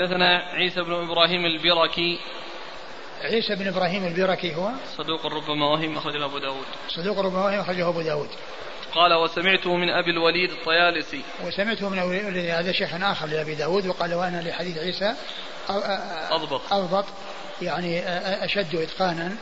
حدثنا عيسى بن إبراهيم البركي. عيسى بن إبراهيم البركي هو صدوق ربما وهم، أخرجه أبو داود. صدوق ربما وهم، أخرجه أبو داود. قال وسمعته من أبي الوليد الطيالسي. وسمعته من أبي الوليد، هذا شيخ آخر لأبي داود. وقال وأنا لحديث عيسى أضبط يعني أشد إتقانا.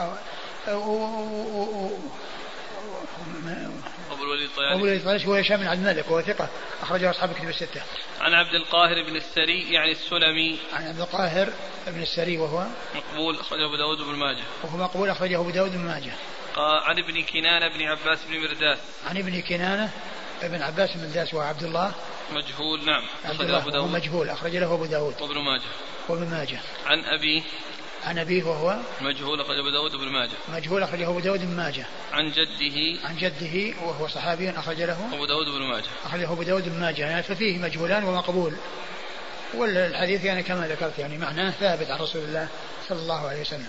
أبو الوليد الطيالسي هو هشام بن عبد الملك وهو ثقة، أخرجه أصحاب الكتب الستة. عن عبد القاهر بن السري يعني السلمي. عن عبد القاهر بن السري وهو مقبول، أخرجه أبو داود بن ماجه. وهو مقبول، أخرجه أبو داود بن ماجه. عن ابن كنانة بن عباس بن مرداس. عن ابن كنانة ابن عباس بن مرداس وعبد الله مجهول. نعم، أخرجه أبو داود. مجهول، أخرج له أبو داود وابن ماجه. عن أبيه وهو مجهول، أخرج أبو داود بن ماجه. مجهول، أخرجه أبو داود بن ماجه. عن جده وهو صحابي، أخرج له أبو داود بن ماجه. أخرجه أبو داود بن ماجه، يعني ففيه مجهولان ومقبول. والحديث يعني كما ذكرت يعني معناه ثابت عن رسول الله صلى الله عليه وسلم.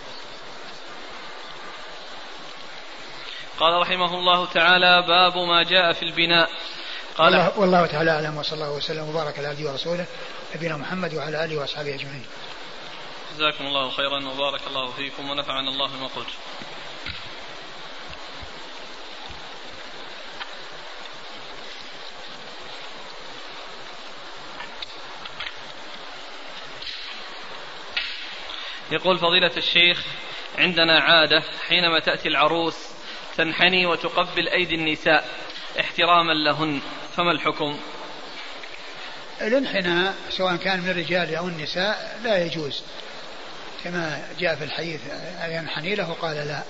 قال رحمه الله تعالى: باب ما جاء في البناء. قال والله تعالى أعلم، وصلى الله وسلم وبارك على عبده ورسوله نبينا محمد وعلى آله وأصحابه أجمعين. جزاكم الله خيرا وبارك الله فيكم ونفعنا الله بما قلت. يقول فضيلة الشيخ: عندنا عادة حينما تأتي العروس تنحني وتقبل أيدي النساء احتراما لهن، فما الحكم؟ الانحناء سواء كان من الرجال أو النساء لا يجوز، كما جاء في الحديث ينحني له قال لا.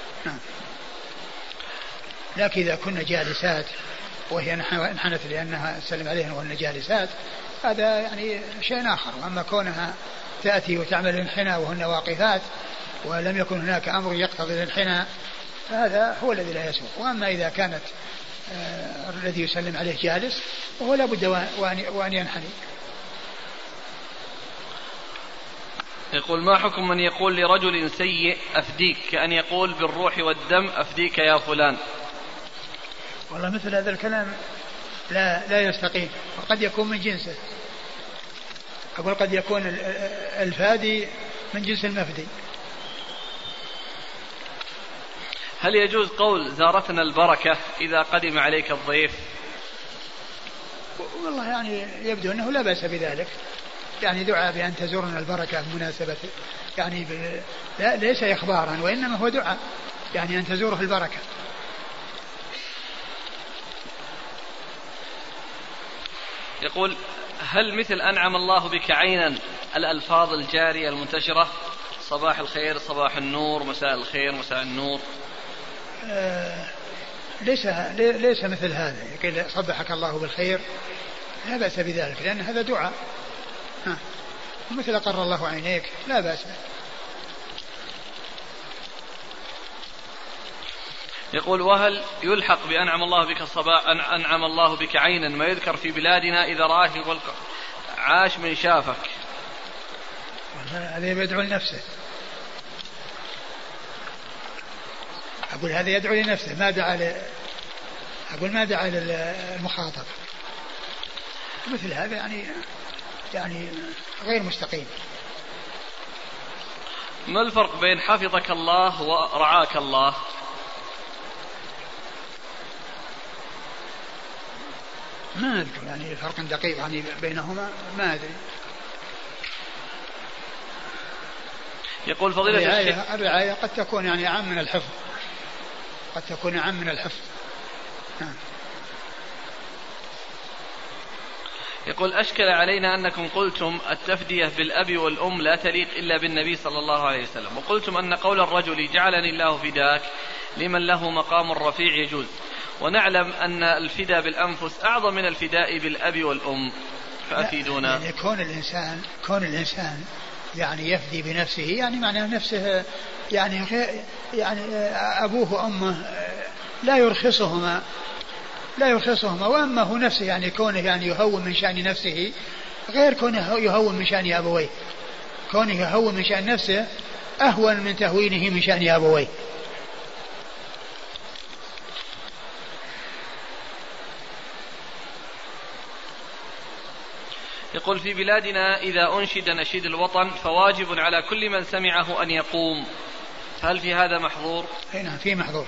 لكن إذا كنا جالسات وهي انحنت لأنها سلم عليهن وهن جالسات هذا يعني شيء آخر. وأما كونها تأتي وتعمل الانحناء وهن واقفات ولم يكن هناك أمر يقتضي الانحناء هذا هو الذي لا يسوق. وأما إذا كانت الذي يسلم عليه جالس وهو لا بد وأن ينحني. يقول: ما حكم من يقول لرجل سيء أفديك، كأن يقول بالروح والدم أفديك يا فلان؟ والله مثل هذا الكلام لا يستقيم، وقد يكون من جنسه. أقول قد يكون الفادي من جنس المفدي. هل يجوز قول زارتنا البركة إذا قدم عليك الضيف؟ والله يعني يبدو أنه لا بأس بذلك، يعني دعاء بأن تزورنا البركة بمناسبة يعني لا ليس إخبارا وإنما هو دعاء يعني أن تزوره البركة. يقول: هل مثل أنعم الله بك عينا الألفاظ الجارية المنتشرة صباح الخير صباح النور مساء الخير مساء النور؟ ليس مثل هذا، يقول صبحك الله بالخير لا بأس بذلك لأن هذا دعاء. مثل قر الله عينيك لا بأس. يقول: وهل يلحق بأنعم الله بك أنعم الله بك عينا ما يذكر في بلادنا إذا رآه يقول عاش من شافك؟ هذا يدعو لنفسه. أقول هذا يدعو لنفسه ما دعا للمخاطب. مثل هذا يعني غير مستقيم. ما الفرق بين حفظك الله ورعاك الله؟ ما أذكر يعني فرق دقيق يعني بينهما ما أدري. يقول فضيلة الشيخ: الرعاية قد تكون يعني أعم من الحفظ، قد تكون أعم من الحفظ. يقول: أشكل علينا أنكم قلتم التفدية بالأب والأم لا تليق إلا بالنبي صلى الله عليه وسلم، وقلتم أن قول الرجل جعلني الله فداك لمن له مقام رفيع يجوز، ونعلم أن الفداء بالأنفس أعظم من الفداء بالأب والأم، فأفيدونا. يعني كون الإنسان يعني يفدي بنفسه يعني معناه نفسه يعني أبوه وأمه لا يرخصهما، وأما هو نفسه يعني كونه يعني يهون من شأن نفسه غير كونه يهون من شأن أبويه. كونه يهون من شأن نفسه أهون من تهوينه من شأن أبويه. يقول في بلادنا إذا أنشد نشيد الوطن فواجب على كل من سمعه أن يقوم، هل في هذا محظور؟ نعم في محظور.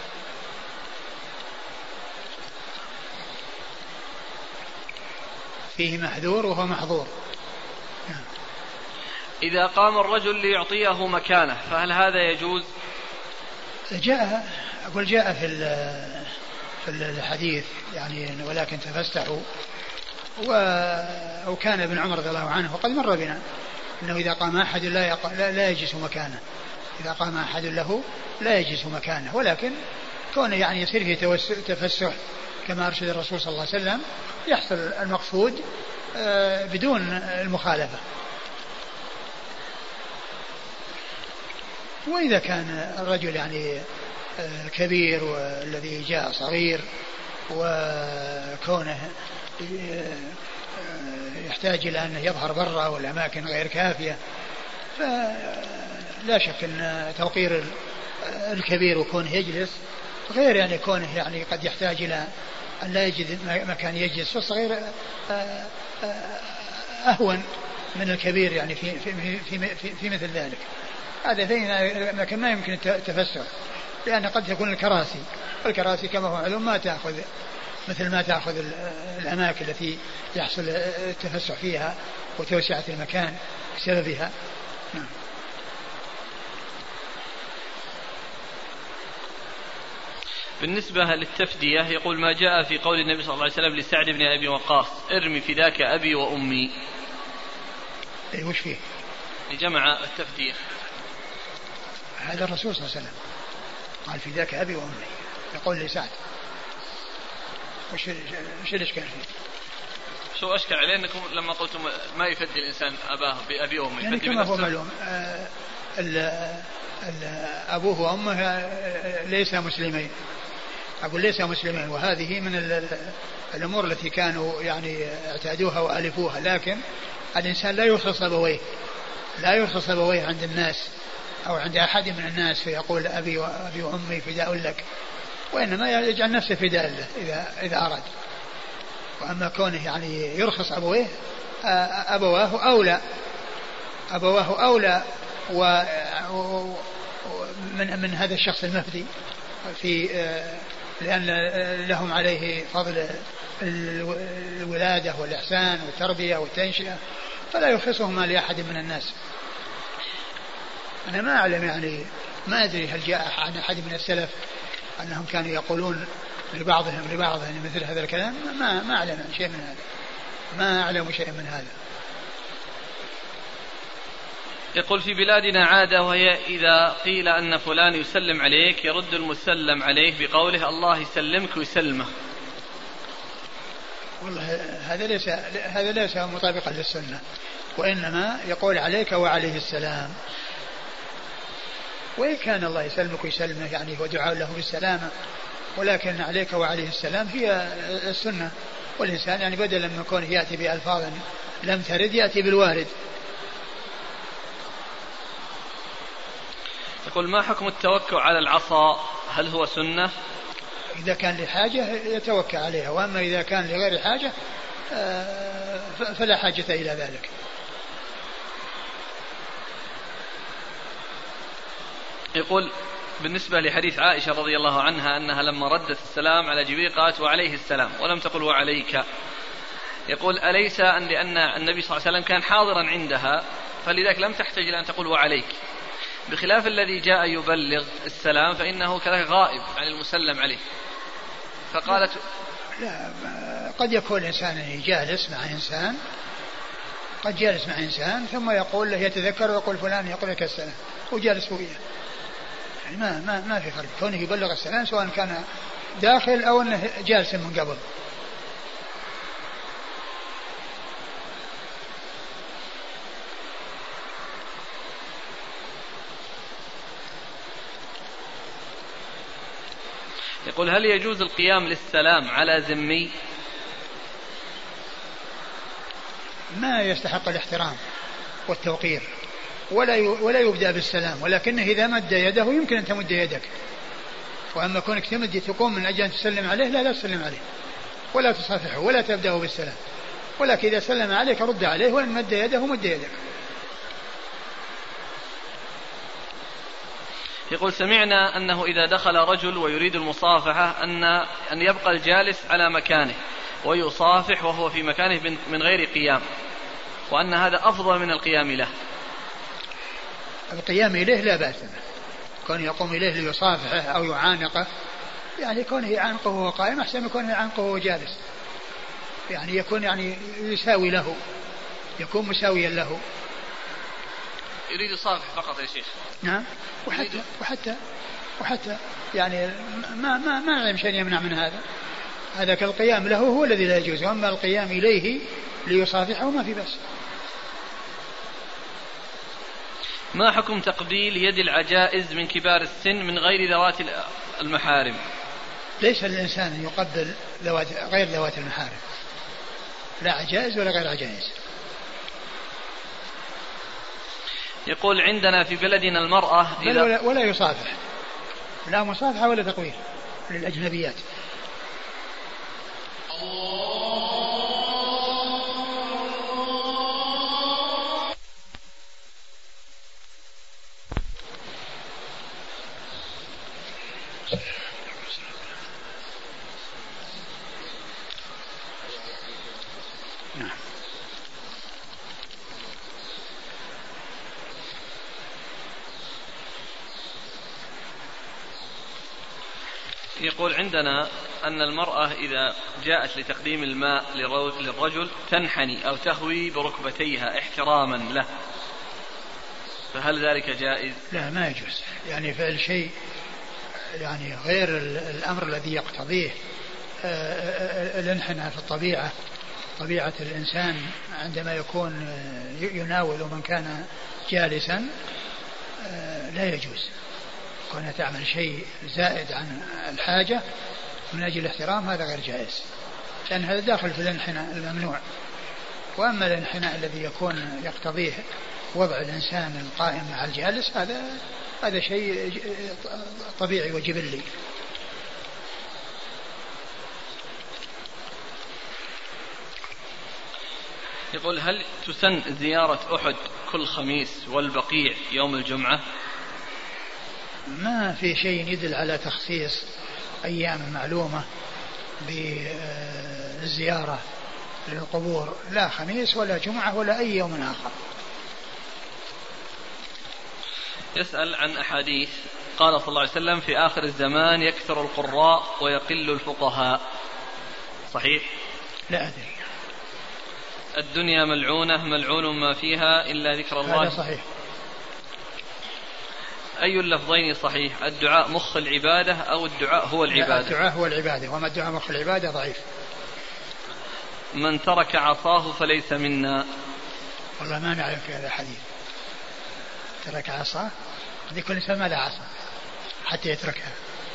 فيه محذور وهو محظور. إذا قام الرجل ليعطيه مكانه فهل هذا يجوز؟ جاء في الحديث يعني ولكن تفسحوا، وكان ابن عمر رضي الله عنه وقد مر بنا أنه إذا قام أحد لا يجلس مكانه، إذا قام أحد له لا يجلس مكانه، ولكن كونه يعني يصير فيه تفسح كما أرشد الرسول صلى الله عليه وسلم يحصل المقصود بدون المخالفة. وإذا كان الرجل يعني كبير والذي جاء صغير وكونه يحتاج إلى أن يظهر برا والأماكن غير كافية، فلا شك أن توقير الكبير وكونه يجلس غير يعني كونه يعني قد يحتاج إلى أن لا يجد مكان يجلس، فالصغير أهون من الكبير يعني في مثل ذلك. هذا لكن ما يمكن التفسح، لأن قد تكون الكراسي كما هو معلوم ما تأخذ مثل ما تأخذ الأماكن التي يحصل التفسح فيها وتوسعة المكان بسببها. نعم. بالنسبة للتفدية يقول ما جاء في قول النبي صلى الله عليه وسلم لسعد بن أبي وقاص ارمي فداك أبي وأمي، وش فيه؟ جمع التفدية. هذا الرسول صلى الله عليه وسلم قال فداك أبي وأمي، يقول لسعد، وش الإشكال فيه؟ شو أشكل عليه أنكم لما قلتم ما يفدي الإنسان أباه بأبي وأمي يعني كما هو معلوم أبوه وأمه ليس مسلمين، أقول ليس مسلمين، وهذه من الأمور التي كانوا يعني اعتادوها وألفوها، لكن الإنسان لا يرخص أبويه عند الناس أو عند أحد من الناس فيقول أبي وأمي فداء لك، وإنما يجعل نفسه فداء له إذا أراد. وأما كونه يعني يرخص أبويه، أبواه أولى من هذا الشخص المفدي لأن لهم عليه فضل الولادة والإحسان والتربية والتنشئة، فلا يرخصهما لأحد من الناس. أنا ما أعلم يعني ما أدري هل جاء عن أحد من السلف أنهم كانوا يقولون لبعضهم مثل هذا الكلام، ما أعلم شيء من هذا، ما أعلم شيء من هذا. يقول في بلادنا عادة وهي إذا قيل أن فلان يسلم عليك يرد المسلم عليه بقوله الله يسلمك ويسلمه. والله هذا ليس مطابقا للسنة، وإنما يقول عليك وعليه السلام، وإن كان الله يسلمك ويسلمه يعني هو دعاء له بالسلامة، ولكن عليك وعليه السلام هي السنة، والإنسان يعني بدلا من كونه يأتي بألفاظ لم ترد يأتي بالوارد. يقول ما حكم التوكل على العصا، هل هو سنة؟ إذا كان لحاجة يتوكل عليها، وأما إذا كان لغير حاجة فلا حاجة إلى ذلك. يقول بالنسبة لحديث عائشة رضي الله عنها أنها لما ردت السلام على جبريل قالت وعليه السلام ولم تقل وعليك، يقول أليس أن لأن النبي صلى الله عليه وسلم كان حاضرا عندها فلذلك لم تحتاج إلى أن تقول وعليك، بخلاف الذي جاء يبلغ السلام فإنه كذلك غائب عن المسلم عليه، فقالت لا قد يكون الإنسان جالس مع إنسان، قد جالس مع إنسان ثم يقول له يتذكر ويقول فلان يقول لك السلام وجالس وياه، يعني ما في فرق كونه يبلغ السلام سواء كان داخل أو أنه جالس من قبل. يقول هل يجوز القيام للسلام على ذمي؟ ما يستحق الاحترام والتوقير، ولا يبدأ بالسلام، ولكنه إذا مد يده يمكن أن تمد يدك، وأما كونك تمد تقوم من أجل أن تسلم عليه لا تسلم عليه ولا تصافحه ولا تبدأه بالسلام. ولكن إذا سلم عليك رد عليه، وإن مد يده مد يدك. يقول سمعنا أنه إذا دخل رجل ويريد المصافحة أن يبقى الجالس على مكانه ويصافح وهو في مكانه من غير قيام، وأن هذا أفضل من القيام له. القيام إليه لا بأس به، كون يقوم إليه ليصافحه أو يعانقه، يعني كونه يعانقه وهو قائم أحسن من كونه يعانقه وهو جالس، يعني يكون يعني يساوي له، يكون مساويا له. يريد يصافح فقط يا شيخ. نعم. وحتى يعني ما نعلم شيء يمنع من هذا. هذا كالقيام له هو الذي لا يجوز، وأما القيام إليه ليصافحه ما في بأس. ما حكم تقبيل يد العجائز من كبار السن من غير ذوات المحارم؟ ليس للإنسان أن يقبل غير ذوات المحارم، لا عجائز ولا غير عجائز. يقول عندنا في بلدنا المرأة ولا يصافح، لا مصافحة ولا تقبيل للأجنبيات. يقول عندنا أن المرأة إذا جاءت لتقديم الماء للرجل تنحني أو تهوي بركبتيها احتراما له، فهل ذلك جائز؟ لا، ما يجوز، يعني فعل شيء يعني غير الأمر الذي يقتضيه الانحناء في الطبيعة، طبيعة الإنسان عندما يكون يناول من كان جالسا لا يجوز. كونها تعمل شيء زائد عن الحاجة من أجل الاحترام هذا غير جائز، لأن هذا داخل في الانحناء الممنوع. وأما الانحناء الذي يكون يقتضيه وضع الإنسان القائم مع الجالس هذا شيء طبيعي وجبلي. يقول هل تسن زيارة أحد كل خميس والبقيع يوم الجمعة؟ ما في شيء يدل على تخصيص أيام معلومة بالزيارة للقبور، لا خميس ولا جمعة ولا أي يوم آخر. يسأل عن أحاديث قال صلى الله عليه وسلم في آخر الزمان يكثر القراء ويقل الفقهاء، صحيح؟ لا أدري. الدنيا ملعونة ملعون ما فيها إلا ذكر الله، هذا صحيح. أي اللفظين صحيح؟ الدعاء مخ العبادة أو الدعاء هو العبادة؟ الدعاء هو العبادة، وما الدعاء مخ العبادة ضعيف. من ترك عصاه فليس منا. والله ما نعرف في هذا الحديث. ترك عصاه، هذه كل إنسان ما له عصا حتى يتركها.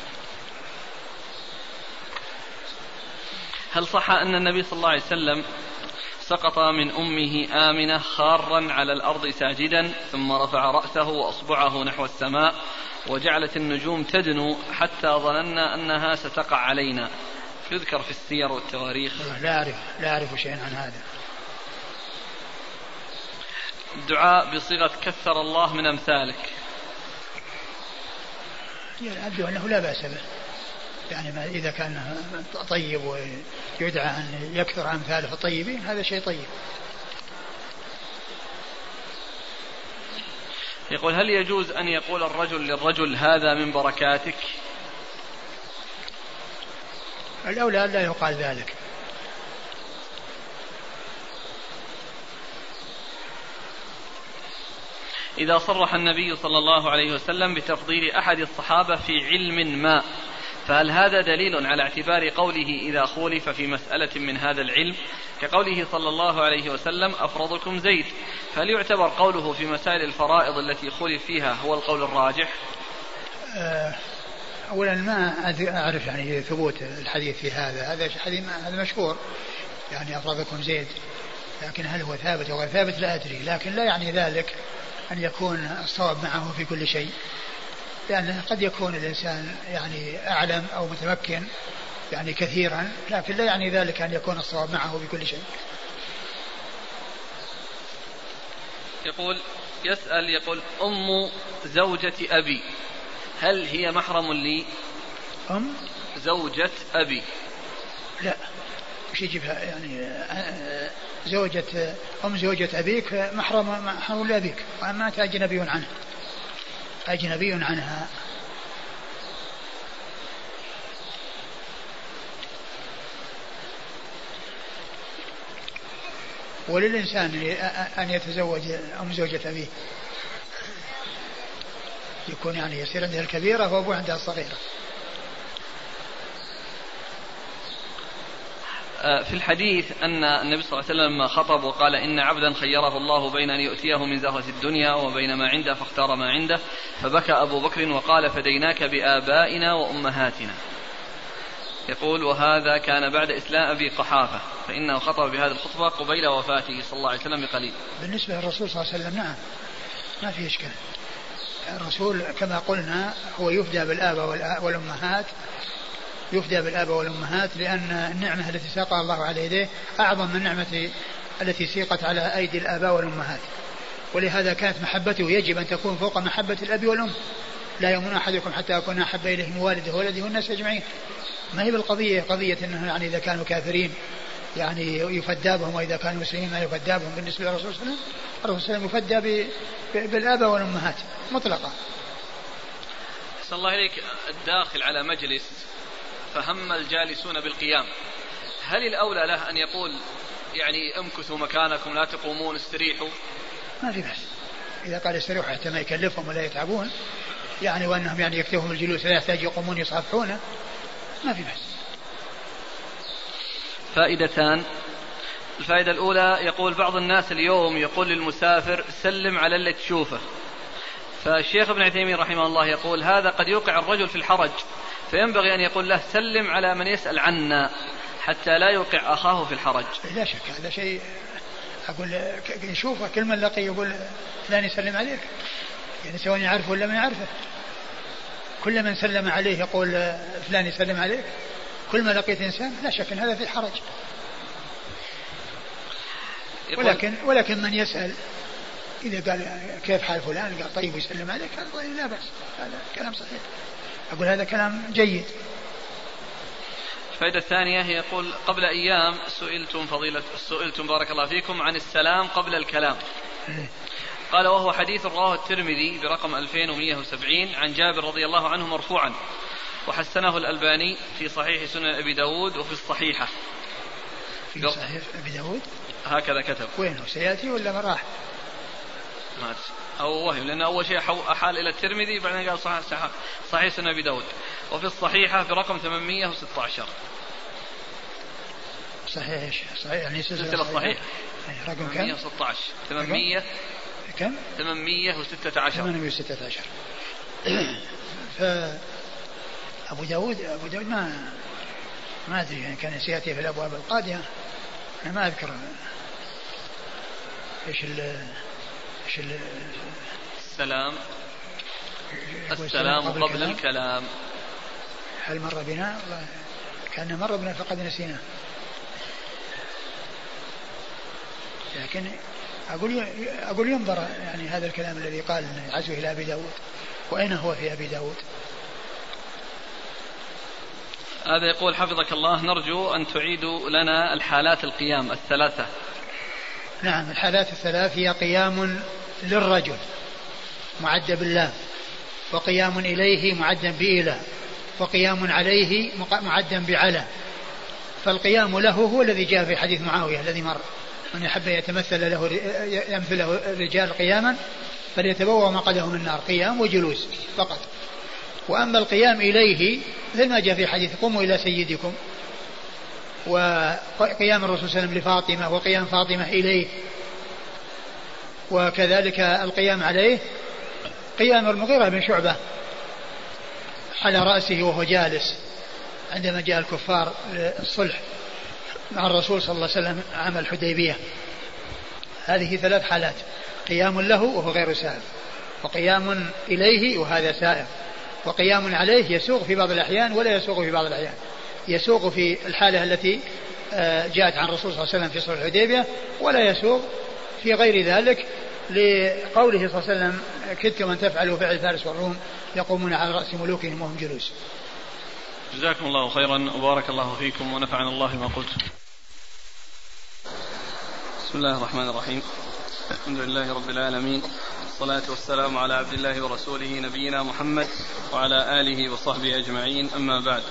هل صح أن النبي صلى الله عليه وسلم سقط من أمه آمنة خارا على الأرض ساجدا ثم رفع رأسه وأصبعه نحو السماء وجعلت النجوم تدنو حتى ظننا أنها ستقع علينا؟ يذكر في السير والتواريخ. لا أعرف شيئا عن هذا. الدعاء بصيغة كثر الله من أمثالك، أبدو أنه لا بأس به، يعني ما إذا كان طيب ويدعى أن يكثر أمثاله الطيبين هذا شيء طيب. يقول هل يجوز أن يقول الرجل للرجل هذا من بركاتك؟ الأولى لا يقال ذلك. إذا صرح النبي صلى الله عليه وسلم بتفضيل أحد الصحابة في علم ما، فهل هذا دليل على اعتبار قوله إذا خولف في مسألة من هذا العلم، كقوله صلى الله عليه وسلم أفرضكم زيد، فهل يعتبر قوله في مسائل الفرائض التي خولف فيها هو القول الراجح؟ أولا ما أعرف يعني ثبوت الحديث في هذا حديث هذا مشهور، يعني أفرضكم زيد، لكن هل هو ثابت أو غير ثابت لا أدري، لكن لا يعني ذلك أن يكون الصواب معه في كل شيء، لأن قد يكون الإنسان يعني أعلم أو متمكن يعني كثيرا، لكن لا يعني ذلك أن يكون الصواب معه في كل شيء. يقول أم زوجة أبي هل هي محرم لي؟ أم زوجة أبي لا، وش يجيبها يعني أم زوجة أبيك محرم لأبيك، وأما أنت أجنبي عنها. وللإنسان أن يتزوج أم زوجة أبيه، يكون يعني يصير عندها الكبيرة وأبوه عندها الصغيرة. في الحديث أن النبي صلى الله عليه وسلم خطب وقال إن عبدا خيره الله بين أن يؤتيه من زهرة الدنيا وبين ما عنده فاختار ما عنده، فبكى أبو بكر وقال فديناك بآبائنا وأمهاتنا. يقول وهذا كان بعد إسلام أبي قحافة، فإنه خطب بهذه الخطبة قبيل وفاته صلى الله عليه وسلم بقليل. بالنسبة للرسول صلى الله عليه وسلم نعم ما في إشكال، الرسول كما قلنا هو يفدى بالآباء والأمهات، لأن النعمة التي ساقها الله على يديه أعظم من النعمة التي سيقت على أيدي الآباء والأمهات، ولهذا كانت محبته يجب أن تكون فوق محبة الأب والأم. لا يؤمن أحدكم حتى أكون أحب إليه من والده وولده والناس أجمعين. ما هي بالقضية قضية أنه يعني إذا كانوا كافرين يعني يفدى بهم، وإذا كانوا مسلمين ما يفدى بهم. بالنسبة للرسول صلى الله عليه وسلم الرسول صلى الله عليه وسلم يفدى بالآباء والأمهات مطلقا. صلى الله عليك. الداخل على مجلس فهم الجالسون بالقيام، هل الأولى له أن يقول يعني امكثوا مكانكم لا تقومون استريحوا؟ ما في بأس إذا قال استريحوا حتى ما يكلفهم ولا يتعبون، يعني وأنهم يعني يكتفهم الجلوس لا يحتاج يقومون يصافحونه، ما في بأس. فائدتان. الفائدة الأولى يقول بعض الناس اليوم يقول للمسافر سلم على اللي تشوفه، فالشيخ ابن عثيمين رحمه الله يقول هذا قد يوقع الرجل في الحرج، فينبغي أن يقول له سلم على من يسأل عنا حتى لا يوقع أخاه في الحرج. لا شك هذا شيء، أقول يشوفه كل من لقي يقول فلان يسلم عليك، يعني سواء يعرفه ولا ما يعرفه، كل من سلم عليه يقول فلان يسلم عليك، كل ما لقيت إنسان لا شك أن هذا في الحرج. ولكن من يسأل إذا قال كيف حال فلان قال طيب يسلم عليك، قال لا بأس، هذا كلام صحيح، أقول هذا كلام جيد. الفائدة الثانية يقول قبل أيام سئلتم بارك الله فيكم عن السلام قبل الكلام، قال وهو حديث رواه الترمذي برقم 2170 عن جابر رضي الله عنه مرفوعا، وحسنه الألباني في صحيح سنن أبي داود وفي الصحيحة. في صحيح أبي داود هكذا كتب. وينه سيأتي ولا مراح؟ ما أو وهم، لأن أول شيء أحال إلى الترمذي بعدين قال صحيح سنن أبي داود، وفي الصحيحة برقم 816. صحيح يعني سلسلة صحيح رقم كم؟ 816 800 كم؟ 816. فأبو داود ما أدري يعني كان سيأتي في الأبواب القادمة، أنا ما أذكر إيش السلام قبل الكلام. هل مر بنا؟ كان مر بنا فقد نسيناه، لكن أقول ينظر يعني هذا الكلام الذي قال عزوه إلى أبي داود، وأين هو في أبي داود؟ هذا يقول حفظك الله نرجو أن تعيدوا لنا الحالات القيام الثلاثة. نعم الحالات الثلاث هي قيام للرجل معد بالله، وقيام إليه معدا بإله، وقيام عليه معدا بعلى. فالقيام له هو الذي جاء في حديث معاوية الذي مر، من يحب يمثل له الرجال قياما فليتبوأ مقعده من النار، قيام وجلوس فقط. وأما القيام إليه مثل ما جاء في حديث قوموا إلى سيدكم، وقيام الرسول صلى الله عليه وسلم لفاطمة، وقيام فاطمة إليه، وكذلك القيام عليه قيام المغيرة بن شعبة على رأسه وهو جالس عندما جاء الكفار للصلح مع الرسول صلى الله عليه وسلم عام الحديبية. هذه ثلاث حالات: قيام له وهو غير سائر، وقيام إليه وهذا سائر، وقيام عليه يسوق في بعض الأحيان ولا يسوق في بعض الأحيان. يسوق في الحالة التي جاءت عن الرسول صلى الله عليه وسلم في صلح الحديبية، ولا يسوق في غير ذلك لقوله صلى الله عليه وسلم كدتم أن تفعلوا فعل فارس والروم يقومون على رأس ملوكهم وهم جلوس. جزاكم الله خيرا وبارك الله فيكم ونفعنا الله ما قلت. بسم الله الرحمن الرحيم. الحمد لله رب العالمين، والصلاة والسلام على عبد الله ورسوله نبينا محمد وعلى آله وصحبه أجمعين، أما بعد.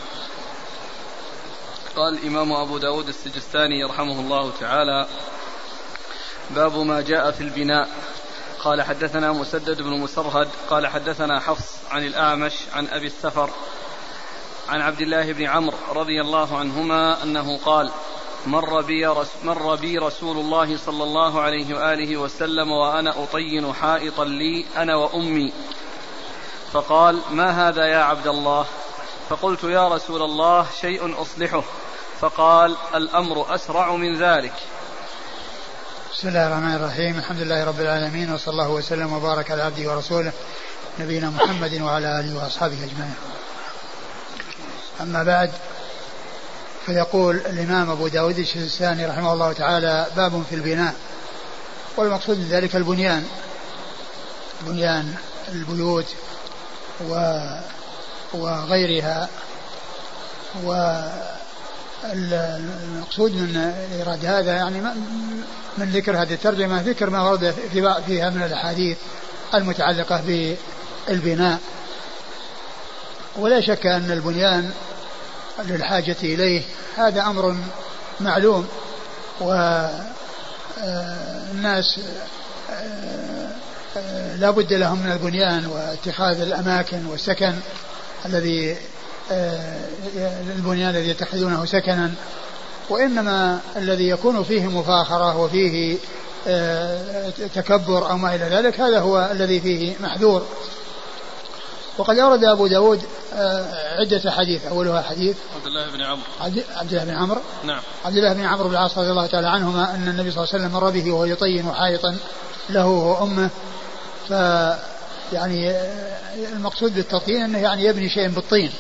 قال الإمام أبو داود السجستاني رحمه الله تعالى: باب ما جاء في البناء. قال حدثنا مسدد بن مسرهد قال حدثنا حفص عن الأعمش عن أبي السفر عن عبد الله بن عمرو رضي الله عنهما أنه قال: مر بي رسول الله صلى الله عليه وآله وسلم وأنا أطين حائطا لي أنا وأمي، فقال: ما هذا يا عبد الله؟ فقلت: يا رسول الله شيء أصلحه. فقال: الأمر أسرع من ذلك. بسم الله الرحمن الرحيم. الحمد لله رب العالمين، وصلى الله وسلم وبارك على عبده ورسوله نبينا محمد وعلى آله وأصحابه أجمعين. أما بعد، فيقول الإمام أبو داود السجستاني رحمه الله تعالى: باب في البناء. والمقصود من ذلك البنيان، بنيان البيوت وغيرها. والمقصود من إيراد هذا يعني من ذكر هذه الترجمة ذكر ما ورد فيها من الأحاديث المتعلقة بالبناء. ولا شك أن البنيان للحاجة إليه هذا أمر معلوم، والناس لا بد لهم من البنيان واتخاذ الأماكن والسكن البنيان الذي يتخذونه سكنا. وإنما الذي يكون فيه مفاخرة وفيه تكبر أو ما إلى ذلك هذا هو الذي فيه محذور. وقد أورد أبو داود عدة حديث، أولها حديث عبد الله بن عمرو. عبد الله بن عمرو، نعم، عبد الله بن عمرو بن العاص رضي الله تعالى عنهما أن النبي صلى الله عليه وسلم مر به وهو يطين حائطا له وأمه. فيعني المقصود بالتطين أنه يعني يبني شيء بالطين.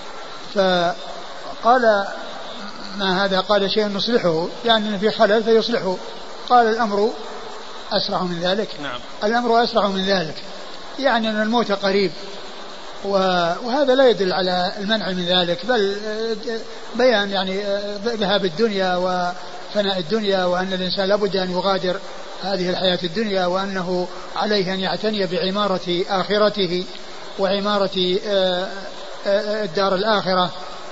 فقال: ما هذا؟ قال: شيء نصلحه، يعني أنه في خلل فيصلحه. قال: الأمر أسرع من ذلك. نعم. الأمر أسرع من ذلك، يعني أن الموت قريب، وهذا لا يدل على المنع من ذلك، بل بيان يعني ذهاب الدنيا وفناء الدنيا، وأن الإنسان لابد أن يغادر هذه الحياة الدنيا، وأنه عليه أن يعتني بعمارة آخرته وعمارة الدار الآخرة.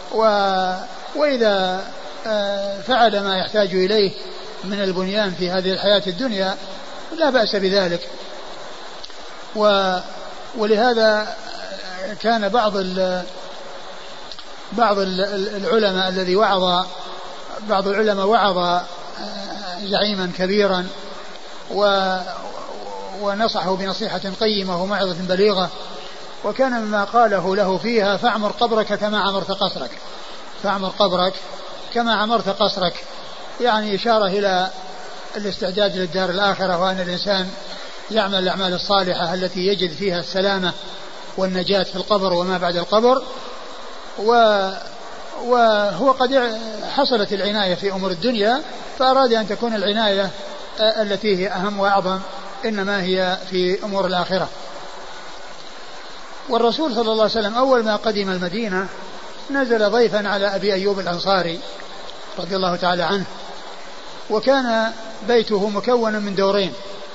وإذا فعل ما يحتاج إليه من البنيان في هذه الحياة الدنيا لا بأس بذلك. ولهذا كان بعض العلماء وعظ زعيما كبيرا ونصحه بنصيحة قيمة وموعظة بليغة، وكان مما قاله له فيها: فاعمر قبرك كما عمرت قصرك. فاعمر قبرك كما عمرت قصرك، يعني إشارة إلى الاستعداد للدار الآخرة، وأن الإنسان يعمل الأعمال الصالحة التي يجد فيها السلامة والنجاة في القبر وما بعد القبر. وهو قد حصلت العناية في أمور الدنيا، فأراد أن تكون العناية التي هي أهم وأعظم إنما هي في أمور الآخرة. والرسول صلى الله عليه وسلم أول ما قدم المدينة نزل ضيفا على أبي أيوب الأنصاري رضي الله تعالى عنه، وكان بيته مكونا من دورين،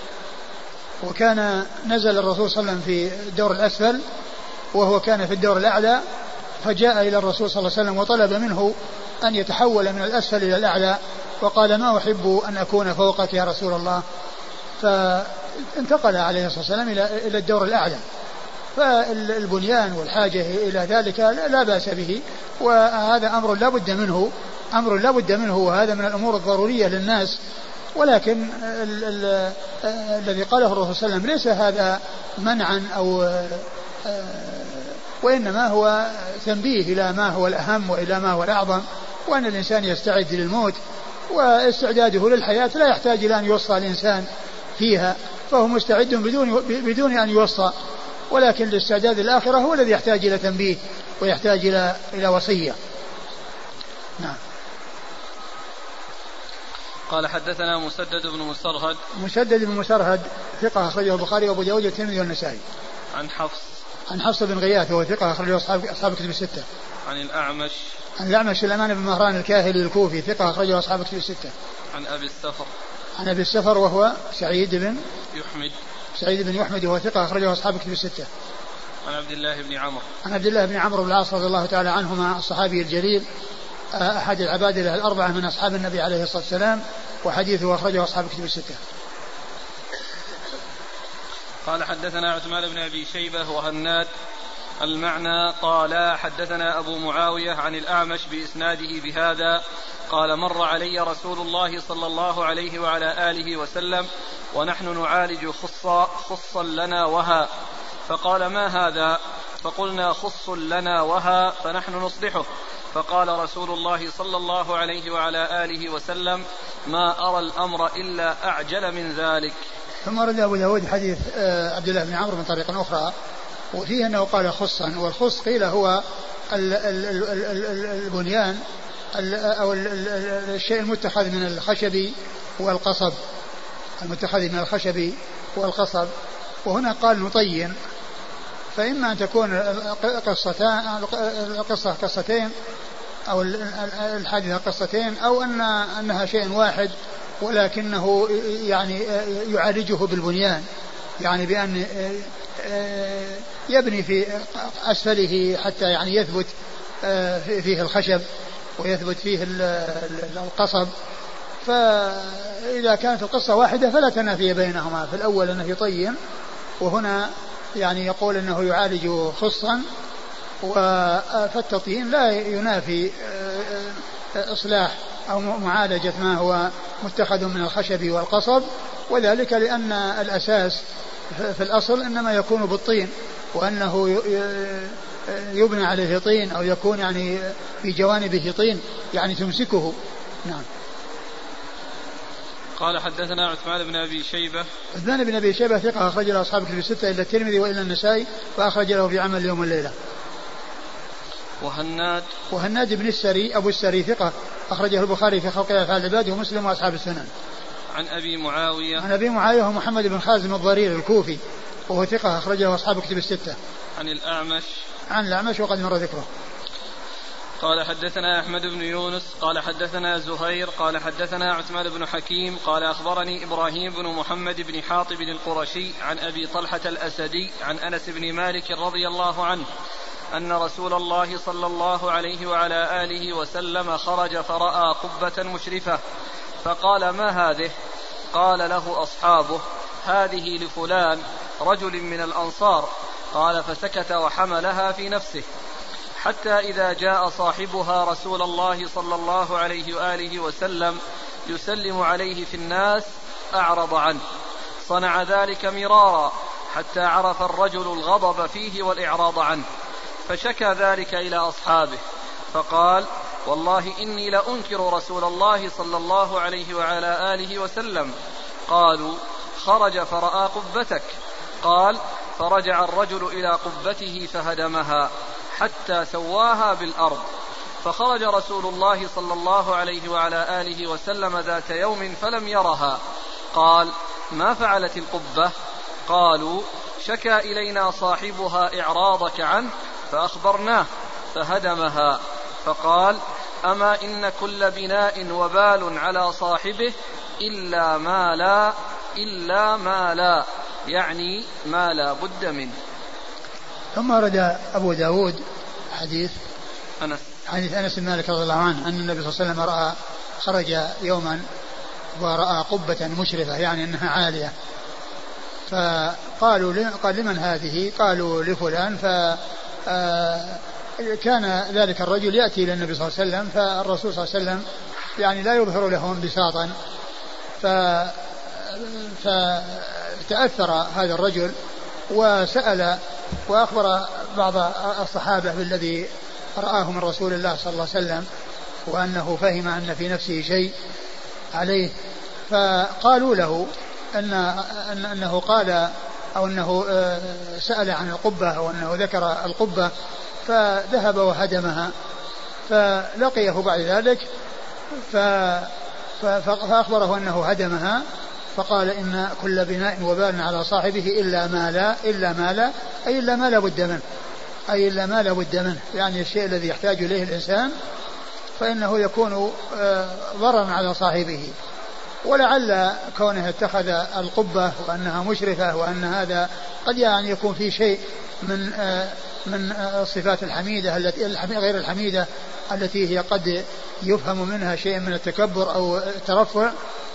وكان نزل الرسول صلى الله عليه وسلم في الدور الأسفل وهو كان في الدور الأعلى، فجاء إلى الرسول صلى الله عليه وسلم وطلب منه أن يتحول من الأسفل إلى الأعلى، وقال: ما أحب أن أكون فوقك يا رسول الله. فانتقل عليه الصلاة والسلام إلى الدور الأعلى. فالبنيان والحاجة إلى ذلك لا بأس به، وهذا أمر لا بد منه، وهذا من الأمور الضرورية للناس. ولكن الذي قاله الرسول صلى الله عليه وسلم ليس هذا منعا وإنما هو تنبيه إلى ما هو الأهم وإلى ما هو الأعظم، وأن الإنسان يستعد للموت، واستعداده للحياة لا يحتاج إلى أن يوصى الإنسان فيها، فهو مستعد بدون أن يوصى. ولكن الاستعداد للآخرة هو الذي يحتاج إلى تنبيه ويحتاج إلى وصية. نعم. قال حدثنا مسدد بن مسرهد. مسدد بن مسرهد ثقة أخرجه البخاري وأبو داود والترمذي والنسائي. عن حفص. عن حفص بن غياث وهو ثقة أخرجه أصحاب كتب الستة. عن الأعمش. عن الأعمش سليمان بن مهران الكاهلي الكوفي ثقة أخرجه أصحاب كتب الستة. عن أبي السفر. عن أبي السفر وهو سعيد بن يحمد وهو ثقة أخرجه أصحاب كتب الستة. عن عبد الله بن عمرو. عن عبد الله بن عمرو بن العاص رضي الله تعالى عنهما الصحابي الجليل أحد العبادلة الأربعة من أصحاب النبي عليه الصلاة والسلام وحديثه أخرجه أصحاب كتب الستة. قال حدثنا عثمان بن أبي شيبة وهناد المعنى قال حدثنا أبو معاوية عن الأعمش بإسناده بهذا قال مر علي رسول الله صلى الله عليه وعلى آله وسلم ونحن نعالج خصا لنا وها فقال ما هذا فقلنا خص لنا وها فنحن نصلحه فقال رسول الله صلى الله عليه وعلى آله وسلم ما أرى الأمر إلا أعجل من ذلك. ثم رد أبو داود حديث عبد الله بن عمرو من طريق أخرى وفيه أنه قال خصا والخص قيل هو البنيان أو الشيء المتخذ من الخشب والقصب وهنا قال نطين فإما أن تكون القصة قصتين أو الحادثة قصتين أو أنها شيء واحد ولكنه يعني يعالجه بالبنيان يعني بأن يبني في أسفله حتى يعني يثبت فيه الخشب ويثبت فيه القصب. فإذا كانت القصة واحدة فلا تنافي بينهما في الأول أنه يطين وهنا يعني يقول أنه يعالج خصا فالتطيين لا ينافي إصلاح أو معالجة ما هو متخذ من الخشب والقصب وذلك لأن الأساس في الأصل إنما يكون بالطين وأنه يبنى عليه طين أو يكون يعني في جوانبه طين يعني تمسكه. نعم. قال حدثنا عثمان بن أبي شيبة ثقة أخرج له أصحاب كتب الستة إلا الترمذي وإلا النسائي فأخرج له في عمل يوم الليلة. وهناد بن السري أبو السري ثقة أخرجه البخاري في خلق أفعال العباد ومسلم وأصحاب السنن. عن أبي معاوية ومحمد بن خازم الضرير الكوفي وهو ثقة أخرجه أصحاب كتب الستة. عن الأعمش وقد مر ذكره. قال حدثنا أحمد بن يونس قال حدثنا زهير قال حدثنا عثمان بن حكيم قال أخبرني إبراهيم بن محمد بن حاطب القرشي عن أبي طلحة الأسدي عن أنس بن مالك رضي الله عنه أن رسول الله صلى الله عليه وعلى آله وسلم خرج فرأى قبة مشرفة فقال ما هذه؟ قال له أصحابه هذه لفلان رجل من الأنصار. قال فسكت وحملها في نفسه حتى إذا جاء صاحبها رسول الله صلى الله عليه وآله وسلم يسلم عليه في الناس أعرض عنه. صنع ذلك مرارا حتى عرف الرجل الغضب فيه والإعراض عنه فشكى ذلك إلى أصحابه فقال والله إني لأنكر رسول الله صلى الله عليه وعلى آله وسلم. قالوا خرج فرأى قبتك. قال فرجع الرجل إلى قبته فهدمها حتى سواها بالأرض فخرج رسول الله صلى الله عليه وعلى آله وسلم ذات يوم فلم يرها. قال ما فعلت القبة؟ قالوا شكى إلينا صاحبها إعراضك عنه فأخبرناه فهدمها. فقال أما إن كل بناء وبال على صاحبه إلا ما لا يعني ما لا بد منه. ثم رد أبو داود حديث أنس بن مالك رضي الله عنه أن النبي صلى الله عليه وسلم خرج يوما ورأى قبة مشرفة يعني أنها عالية قال لمن هذه؟ قالوا لفلان. كان ذلك الرجل يأتي إلى النبي صلى الله عليه وسلم فالرسول صلى الله عليه وسلم يعني لا يظهر له انبساطا فتأثر هذا الرجل وسأل وأخبر بعض الصحابة بالذي رآه من رسول الله صلى الله عليه وسلم وأنه فهم أن في نفسه شيء عليه فقالوا له أنه قال أو أنه سأل عن القبة أو أنه ذكر القبة فذهب وهدمها فلقيه بعد ذلك فأخبره أنه هدمها، فقال إن كل بناء وبال على صاحبه إلا ما لا أي إلا ما لا بد منه، أي إلا ما لا بد منه، يعني الشيء الذي يحتاج إليه الإنسان فإنه يكون ضررا على صاحبه. ولعل كونه اتخذ القبة وأنها مشرفة وأن هذا قد يعني يكون في شيء من الصفات الحميدة غير الحميدة التي هي قد يفهم منها شيء من التكبر أو الترفع،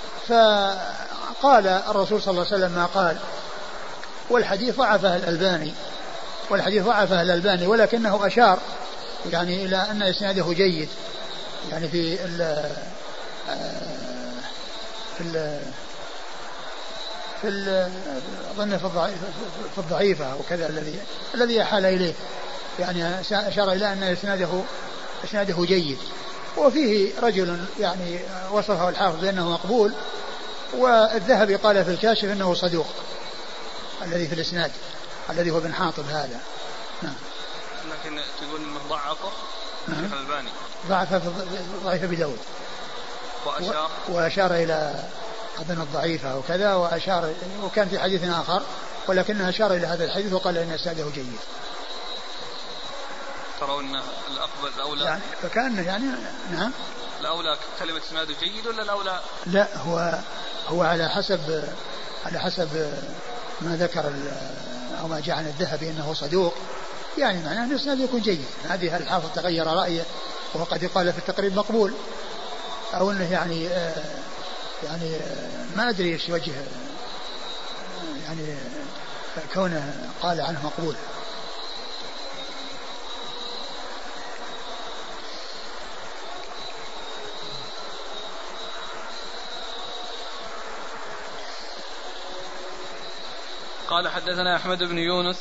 فقال الرسول صلى الله عليه وسلم ما قال. والحديث ضعفه الألباني ولكنه أشار يعني إلى أن إسناده جيد، يعني في أظن في الضعيفة وكذا الذي أحال إليه، يعني أشار إلى أن إسناده جيد. وفيه رجل يعني وصفه الحافظ بأنه مقبول، والذهبي قال في الكاشف أنه صدوق الذي في الإسناد الذي هو بن حاطب هذا. نعم. لكن تقول انه ضعفه الشيخ الألباني ضعيف أبي داود وأشار إلى أظن الضعيفة وكذا، وأشار وكان في حديث آخر ولكنه أشار إلى هذا الحديث وقال إن إسناده جيد. ترون الأقبل الأولى يعني فكان يعني نعم الأولى كلمة إسناده جيد ولا الأولى؟ لا هو على حسب ما ذكر أو ما جاء عن الذهبي أنه صدوق، يعني معناه أن الإسناد يكون جيد. هذه الحافظ تغير رأيه وقد قال في التقريب مقبول، أو أنه يعني ما أدري إيش وجه يعني كونه قال عنه مقبول. قال حدثنا أحمد بن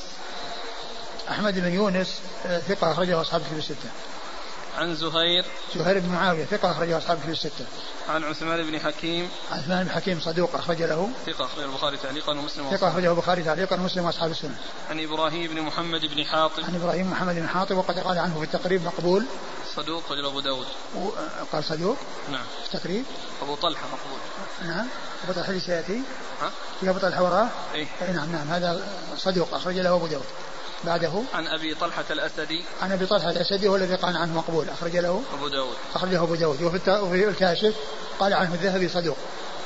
يونس ثقة أخرجه أصحاب الكتب الستة. عن زهير بن معاوية ثقة أخرجه أصحاب الكتب الستة. عن عثمان بن حكيم صدوق أخرج له ثقة أخرجه البخاري تعليقا ومسلم ثقة أخرجه البخاري تعليقا ومسلم وأصحاب السنة. عن إبراهيم بن محمد بن حاطب وقد قال عنه في التقريب مقبول صدوق رجل أبو داود قال صدوق. نعم. في التقريب أبو طلحة مقبول. نعم. أبو طلحة اللي سيأتي في أبو طلحة وراه. نعم هذا صدوق أخرج له أبو داود. بعده عن أبي طلحة الأسدي هو الذي قال عنه مقبول أخرج له أبو داود. وفي الكاشف قال عنه الذهبي صدوق.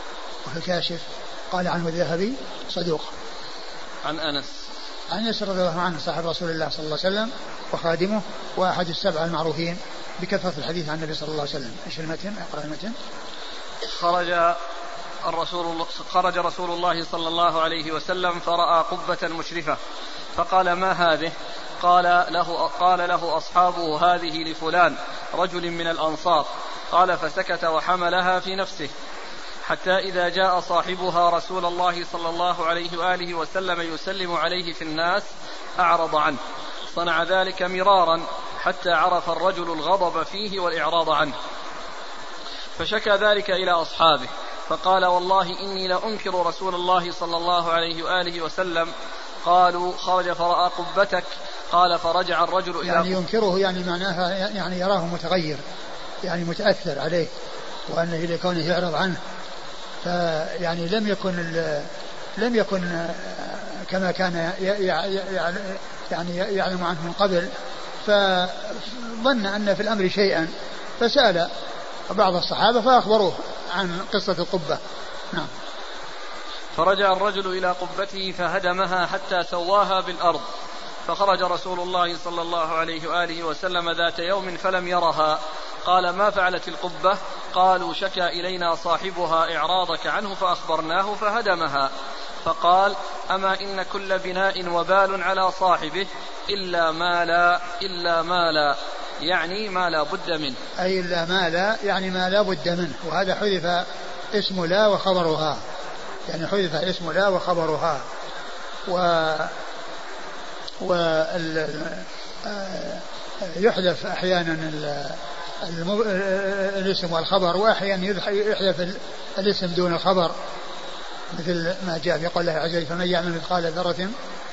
عن أنس رضي الله عنه صاحب رسول الله صلى الله عليه وسلم وخادمه وأحد السبعة المعروفين بكثرة الحديث عن النبي صلى الله عليه وسلم. ايش المتن؟ اقرأ المتن. خرج رسول الله صلى الله عليه وسلم فرأى قبة مشرفة فقال ما هذه؟ قال له أصحابه هذه لفلان رجل من الأنصار. قال فسكت وحملها في نفسه حتى إذا جاء صاحبها رسول الله صلى الله عليه وآله وسلم يسلم عليه في الناس أعرض عنه. صنع ذلك مرارا حتى عرف الرجل الغضب فيه والإعراض عنه، فشكى ذلك إلى أصحابه فقال والله إني لأنكر رسول الله صلى الله عليه وآله وسلم. قالوا خرج فرأى قبتك. قال فرجع الرجل إلى يعني ينكره يعني معناها يعني يراه متغير يعني متأثر عليه وأنه لكونه يعرض عنه، فيعني لم يكن كما كان يعني يعلم عنه من قبل، فظن أن في الأمر شيئا فسأل بعض الصحابة فأخبروه عن قصة القبة. نعم. فرجع الرجل إلى قبته فهدمها حتى سواها بالأرض، فخرج رسول الله صلى الله عليه وآله وسلم ذات يوم فلم يرها. قال ما فعلت القبة؟ قالوا شكى إلينا صاحبها إعراضك عنه فأخبرناه فهدمها. فقال أما إن كل بناء وبال على صاحبه إلا ما لا يعني ما لا بد منه، أي إلا ما لا يعني ما لا بد منه. وهذا حذف اسم لا وخبرها، يعني حذف اسم لا وخبرها. يحذف أحيانا الاسم والخبر، وأحيانا يحذف الاسم دون الخبر، مثل ما جاء في قول الله عز وجل فمن يعمل مثقال ذرة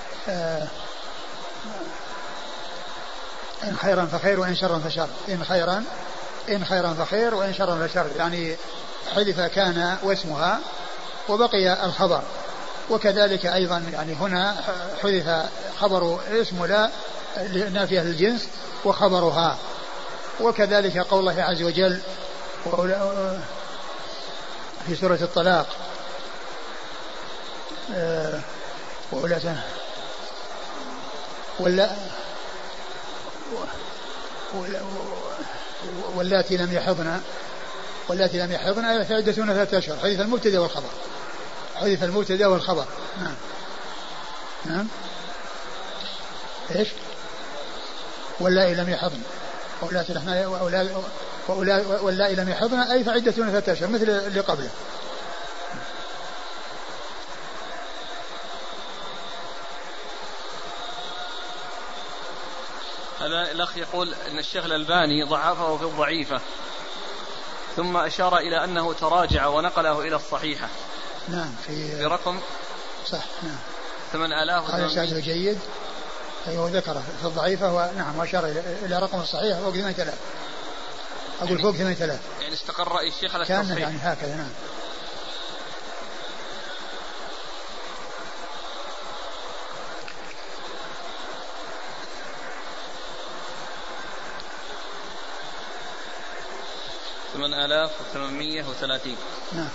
إن خيرا فخير وإن شرا فشر. إن خيرا فخير وإن شرا فشر، يعني حذف كان واسمها وبقي الخبر. وكذلك أيضا يعني هنا حذف خبر اسم لا نافية للجنس وخبرها. وكذلك قول الله عز وجل في سورة الطلاق واللاتي لم يحضن فعدتهن 3 أشهر. حديث المبتدأ والخبر. حديث المبتدأ والخبر. نعم. ايش؟ واللائي لم يحضن واللائي لم يحضن أي فعدتهن 3 أشهر مثل اللي قبله. هذا الأخ يقول أن الشيخ الألباني ضعفه في الضعيفة ثم أشار إلى أنه تراجع ونقله إلى الصحيحة. نعم في رقم صح. نعم 8000 هذا سعده جيد. أيوه ذكره في الضعيفة ونعم وأشار إلى رقم الصحيح فوق 8000. أقول فوق 8000 يعني استقر رأي الشيخ على التصحيح كان يعني هكذا. نعم 8830. نعم.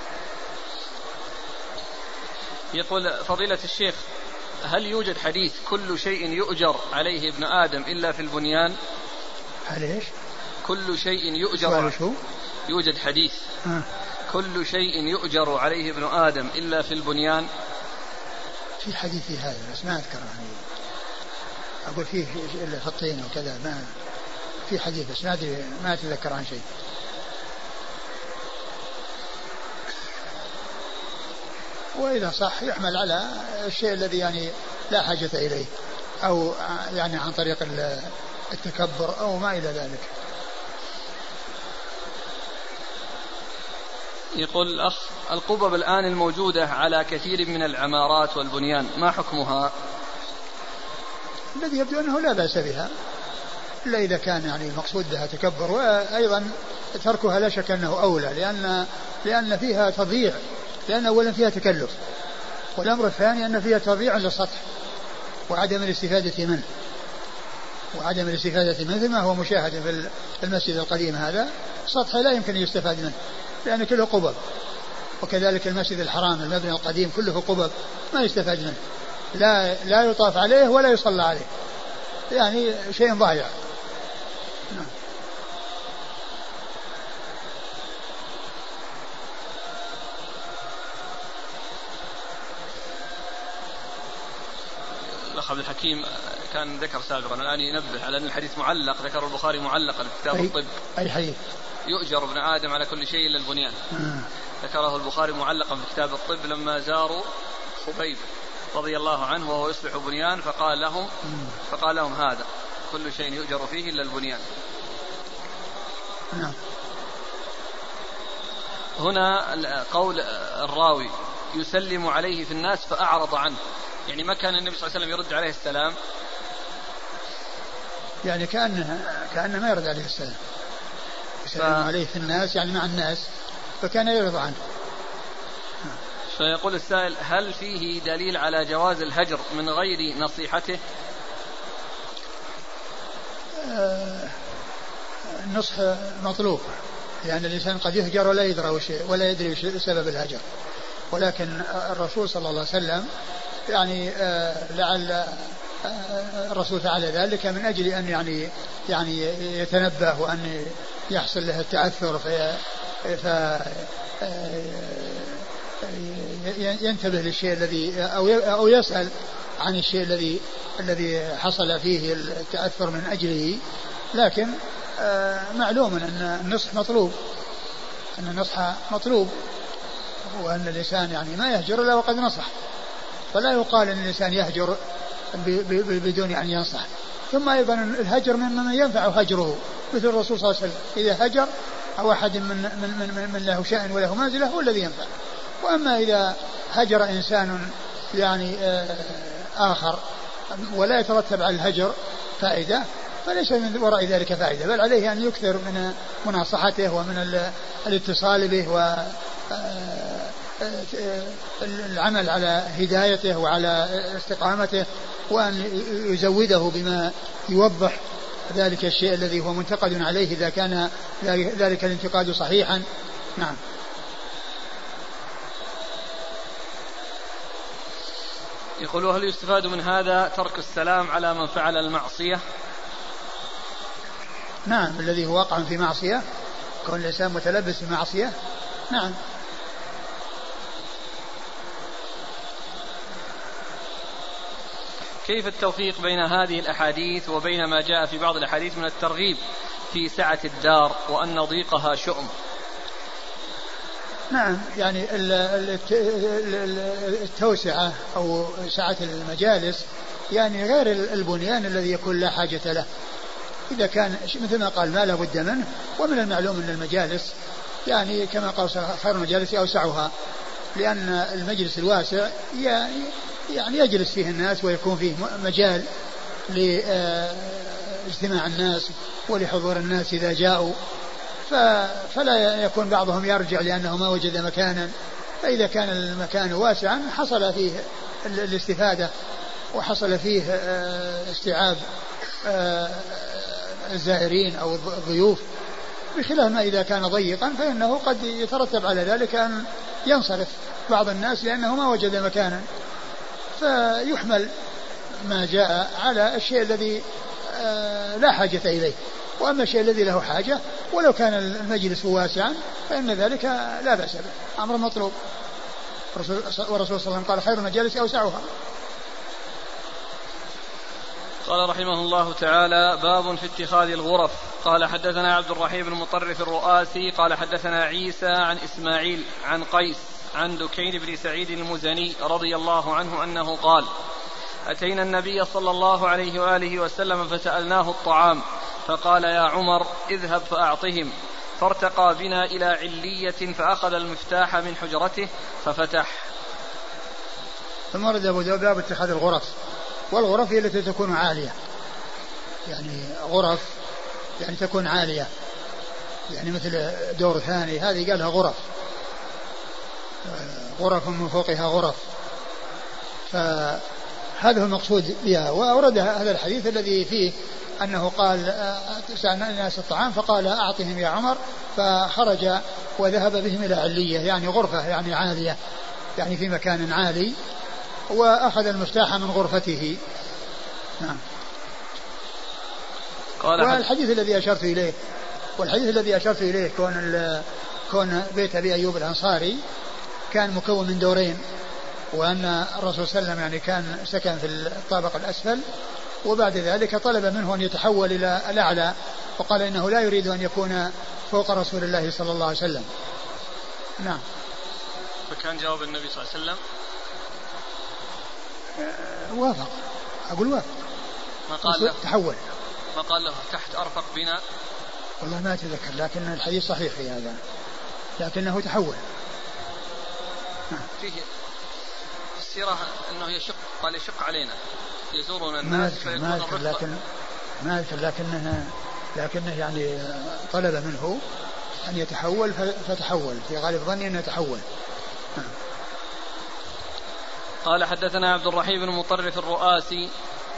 يقول فضيلة الشيخ هل يوجد حديث كل شيء يؤجر عليه ابن آدم إلا في البنيان؟ هل إيش؟ كل شيء يؤجر. يوجد حديث كل شيء يؤجر عليه ابن آدم إلا في البنيان. في حديثي هذا بس ما أذكره يعني. أقول فيه إلا في الطين وكذا ما في حديث بس ما أتذكر عن شيء. وإذا صح يحمل على الشيء الذي يعني لا حاجة إليه أو يعني عن طريق التكبر أو ما إلى ذلك. يقول الأخ القبب الآن الموجودة على كثير من العمارات والبنيان ما حكمها؟ الذي يبدو أنه لا بأس بها إلا إذا كان يعني المقصود بها تكبر. وأيضا تركها لا شك أنه أولى لأن فيها تضييع. لأن أولا فيها تكلف والأمر الثاني أن فيها تضييع للسطح وعدم الاستفادة منه مثل ما هو مشاهد في المسجد القديم هذا سطح لا يمكن يستفاد منه لأن كله قبب. وكذلك المسجد الحرام المبنى القديم كله قبب ما يستفاد منه لا يطاف عليه ولا يصلى عليه يعني شيء ضايع. الأخ عبد الحكيم كان ذكر سابقا الآن ينبه على أن الحديث معلق ذكر البخاري معلقا في كتاب الطب. أي حديث؟ يؤجر ابن آدم على كل شيء إلا البنيان. ذكره البخاري معلقا في كتاب الطب لما زاروا خبيب رضي الله عنه وهو يصلح بنيان فقال لهم هذا كل شيء يؤجر فيه إلا البنيان. هنا قول الراوي يسلم عليه في الناس فأعرض عنه يعني ما كان النبي صلى الله عليه وسلم يرد عليه السلام يعني كأنه ما يرد عليه السلام يسلم عليه في الناس يعني مع الناس فكان يرضى عنه. فيقول السائل هل فيه دليل على جواز الهجر من غير نصيحته؟ النصح مطلوب لأن الإنسان قد يهجر ولا يدري سبب الهجر. ولكن الرسول صلى الله عليه وسلم يعني لعل الرسول فعل ذلك من أجل أن يعني يتنبه وأن يحصل له التأثر ينتبه للشيء الذي أو يسأل عن الشيء الذي حصل فيه التأثر من أجله. لكن معلوم أن النصح مطلوب وأن الإنسان يعني ما يهجر إلا وقد نصح. فلا يقال أن الإنسان يهجر بدون أن ينصح. ثم أيضا الهجر ممن ينفع هجره مثل الرسول صلى الله عليه وسلم إذا هجر أو أحد من له شأن وله منزلة هو الذي ينفع. وأما إذا هجر إنسان يعني آخر ولا يترتب على الهجر فائدة فليس من وراء ذلك فائدة، بل عليه أن يكثر من مناصحته ومن الاتصال به والعمل على هدايته وعلى استقامته، وأن يزوده بما يوضح ذلك الشيء الذي هو منتقد عليه إذا كان ذلك الانتقاد صحيحا. نعم. يقول: هل يستفاد من هذا ترك السلام على من فعل المعصية؟ نعم، الذي هو واقع في معصية، كون الإنسان متلبس بمعصية. نعم. كيف التوفيق بين هذه الأحاديث وبين ما جاء في بعض الأحاديث من الترغيب في سعة الدار وأن ضيقها شؤم؟ نعم، يعني التوسعة أو سعة المجالس يعني غير البنيان الذي يكون لا حاجة له. إذا كان مثل ما قال ما لا بد منه، ومن المعلوم أن المجالس يعني كما قال خير المجالس أوسعها، لأن المجلس الواسع يعني يجلس فيه الناس ويكون فيه مجال لاجتماع الناس ولحضور الناس إذا جاءوا، فلا يكون بعضهم يرجع لأنه ما وجد مكانا. فإذا كان المكان واسعا حصل فيه الاستفادة وحصل فيه استيعاب الزائرين أو الضيوف، بخلاف ما إذا كان ضيقا فإنه قد يترتب على ذلك أن ينصرف بعض الناس لأنه ما وجد مكانا، فيحمل ما جاء على الشيء الذي لا حاجة إليه. وأما الشيء الذي له حاجة ولو كان المجلس واسعا فإن ذلك لا بأس به، أمر مطلوب. والرسول صلى الله عليه وسلم قال: خير المجالس أوسعها. قال رحمه الله تعالى: باب في اتخاذ الغرف. قال: حدثنا عبد الرحيم بن مطرف الرؤاسي قال: حدثنا عيسى عن إسماعيل عن قيس عن دكين بن سعيد المزني رضي الله عنه أنه قال: أتينا النبي صلى الله عليه وآله وسلم فسألناه الطعام، فقال: يا عمر اذهب فأعطهم. فارتقى بنا إلى علية فأخذ المفتاح من حجرته ففتح. ثم ورد أبو داود باب اتخاذ الغرف. والغرف هي التي تكون عالية، يعني غرف يعني تكون عالية، يعني مثل دور ثاني، هذه قالها غرف، غرف من فوقها غرف، فهذا هو المقصود بها. وأورد هذا الحديث الذي فيه أنه قال: سألنا الناس الطعام فقال: أعطهم يا عمر، فخرج وذهب بهم إلى علية، يعني غرفة يعني عالية، يعني في مكان عالي، وأخذ المفتاح من غرفته. نعم. والحديث الذي أشرت إليه كون بيت أبي أيوب الأنصاري كان مكون من دورين، وأن الرسول صلى الله عليه وسلم يعني كان سكن في الطابق الأسفل، وبعد ذلك طلب منه أن يتحول إلى الأعلى، وقال إنه لا يريد أن يكون فوق رسول الله صلى الله عليه وسلم. نعم. فكان جواب النبي صلى الله عليه وسلم وافق، أقول وافق. ما قال له تحول، ما قال له تحت أرفق بنا؟ والله ما أتذكر، لكن الحديث صحيح في هذا، لكنه تحول. فيه السيرة أنه يشق، قال يشق علينا يزورنا الناس فيكون الرفق. ما أذكر، لكنه يعني طلب منه أن يتحول فتحول، في غالب ظني أن يتحول. قال: حدثنا عبد الرحيم بن مطرف الرؤاسي.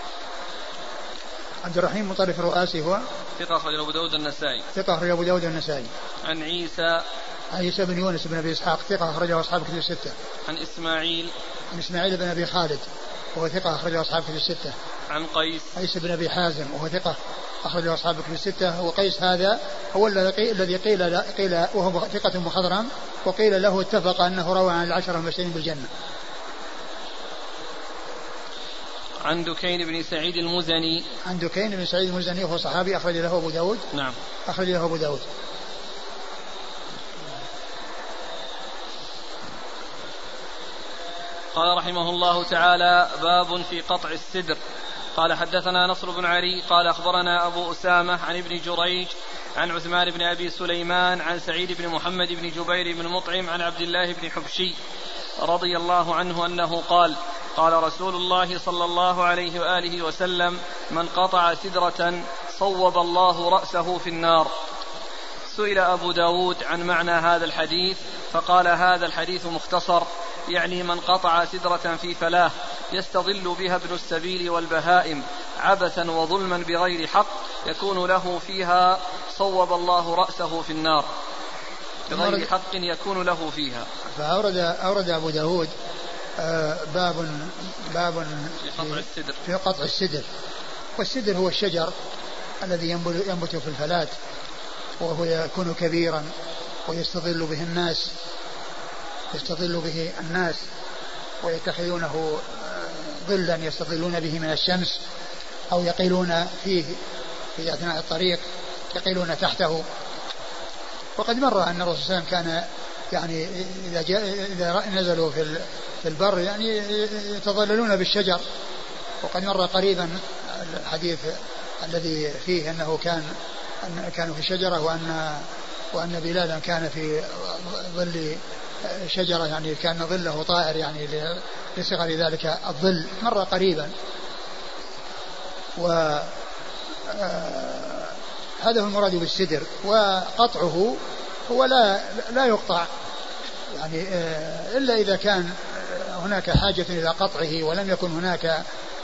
عبد الرحيم مطرف الرؤاسي هو ثقة أخرجه أبو داود النسائي. ثقة أخرجه أبو داود النسائي. عن عيسى بن يونس بن أبي إسحاق ثقة أخرجه أصحاب الكتب الستة. عن إسماعيل بن أبي خالد وهو ثقة أخرجه أصحاب الكتب الستة. عن قيس بن أبي حازم وهو ثقة أخرجه أصحاب الكتب الستة. وقيس هذا هو الذي قيل وهو ثقة مخضرم، وقيل له اتفق أنه روى عن العشرة المبشرين بالجنة. عن دكين بن سعيد المزني. عن دكين بن سعيد المزني وهو صحابي أخرج له أبو داود. نعم. أخرج له أبو داود. قال رحمه الله تعالى: باب في قطع السدر. قال: حدثنا نصر بن علي قال: أخبرنا أبو أسامة عن ابن جريج عن عثمان بن أبي سليمان عن سعيد بن محمد بن جبير بن مطعم عن عبد الله بن حبشي رضي الله عنه أنه قال: قال رسول الله صلى الله عليه وآله وسلم: من قطع سدرة صوب الله رأسه في النار. سئل أبو داود عن معنى هذا الحديث فقال هذا الحديث مختصر، يعني من قطع سدرة في فلاة يستظل بها ابن السبيل والبهائم عبثا وظلما بغير حق يكون له فيها صوب الله رأسه في النار، بغير حق يكون له فيها. فأورد أبو داود باب في قطع السدر. والسدر هو الشجر الذي ينبت في الفلاة، وهو يكون كبيرا ويستظل به الناس ويتخذونه ظلا يستظلون به من الشمس، أو يقيلون فيه في أثناء الطريق، يقيلون تحته. وقد مر أن الرسول صلى الله عليه وسلم كان يعني إذا نزلوا في البر يعني يتظللون بالشجر. وقد مر قريبا الحديث الذي فيه أنه كانوا في شجرة وأن بلالا كان في ظل شجرة، يعني كان ظله طائر يعني لصغر ذلك الظل، مر قريبا. وهذا هو المراد بالسدر. وقطعه هو لا يقطع يعني إلا إذا كان هناك حاجة إلى قطعه ولم يكن هناك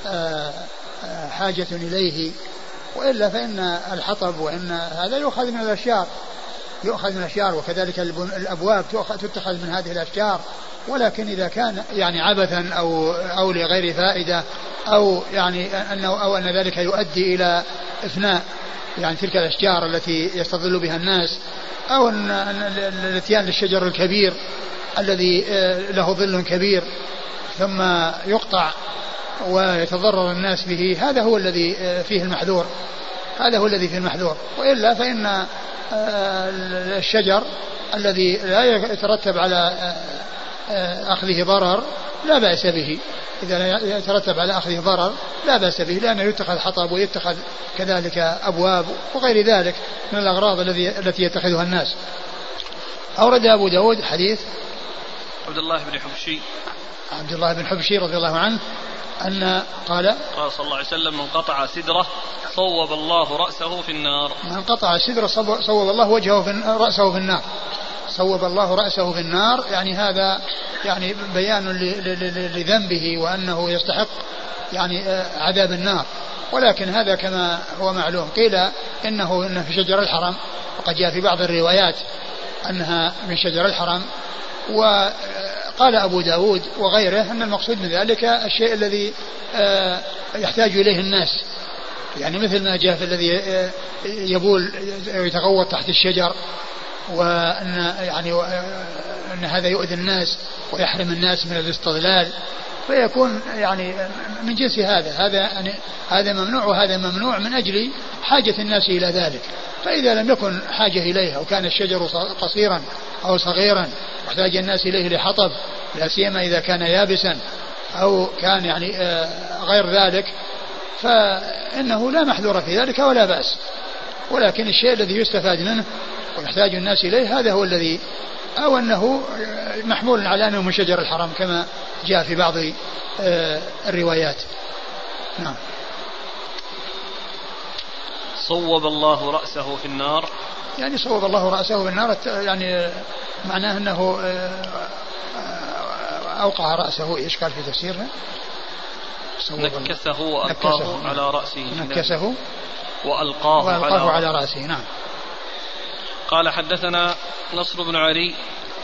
حاجة إليه، وإلا فإن الحطب وإن هذا يؤخذ من الأشجار، وكذلك الأبواب تتخذ من هذه الأشجار. ولكن إذا كان يعني عبثا أو لغير فائدة، أو يعني أن ذلك يؤدي إلى إفناء يعني تلك الأشجار التي يستظل بها الناس، أو الاتيان للشجر الكبير الذي له ظل كبير ثم يقطع ويتضرر الناس به، هذا هو الذي فيه المحذور. وإلا فإن الشجر الذي لا يترتب على أخذه ضرر لا بأس به، إذا يترتب على أخذه ضرر لا بأس به، لأنه يتخذ حطب ويتخذ كذلك أبواب وغير ذلك من الأغراض التي يتخذها الناس. أورد أبو داود حديث عبد الله بن حبشي رضي الله عنه أن قال صلى الله عليه وسلم من قطع سدرة صوب الله رأسه في النار. من قطع سدرة صوب الله رأسه في النار. صوب الله رأسه في النار، يعني هذا يعني بيان لذنبه وأنه يستحق يعني عذاب النار. ولكن هذا كما هو معلوم قيل إنه في شجر الحرم، وقد جاء في بعض الروايات أنها من شجر الحرم. وقال أبو داود وغيره أن المقصود من ذلك الشيء الذي يحتاج إليه الناس، يعني مثل ما جاء في الذي يبول يتغوط تحت الشجر، وأن يعني أن هذا يؤذي الناس ويحرم الناس من الاستظلال، فيكون يعني من جنس هذا ممنوع وهذا ممنوع من أجل حاجة الناس إلى ذلك. فإذا لم يكن حاجة إليه أو كان الشجر قصيرا أو صغيرا واحتاج الناس إليه لحطب، لا سيما إذا كان يابسا أو كان يعني غير ذلك، فإنه لا محذور في ذلك ولا بأس. ولكن الشيء الذي يستفاد منه ويحتاج الناس إليه هذا هو الذي، أو أنه محمول على أنه من شجر الحرام كما جاء في بعض الروايات. نعم. صوب الله رأسه في النار، يعني صوب الله رأسه في النار يعني معناه أنه أوقع رأسه. إيش قال في تفسيرها؟ نكسه وألقاه على رأسه. نكسه وألقاه على رأسه. نعم. قال حدثنا نصر بن علي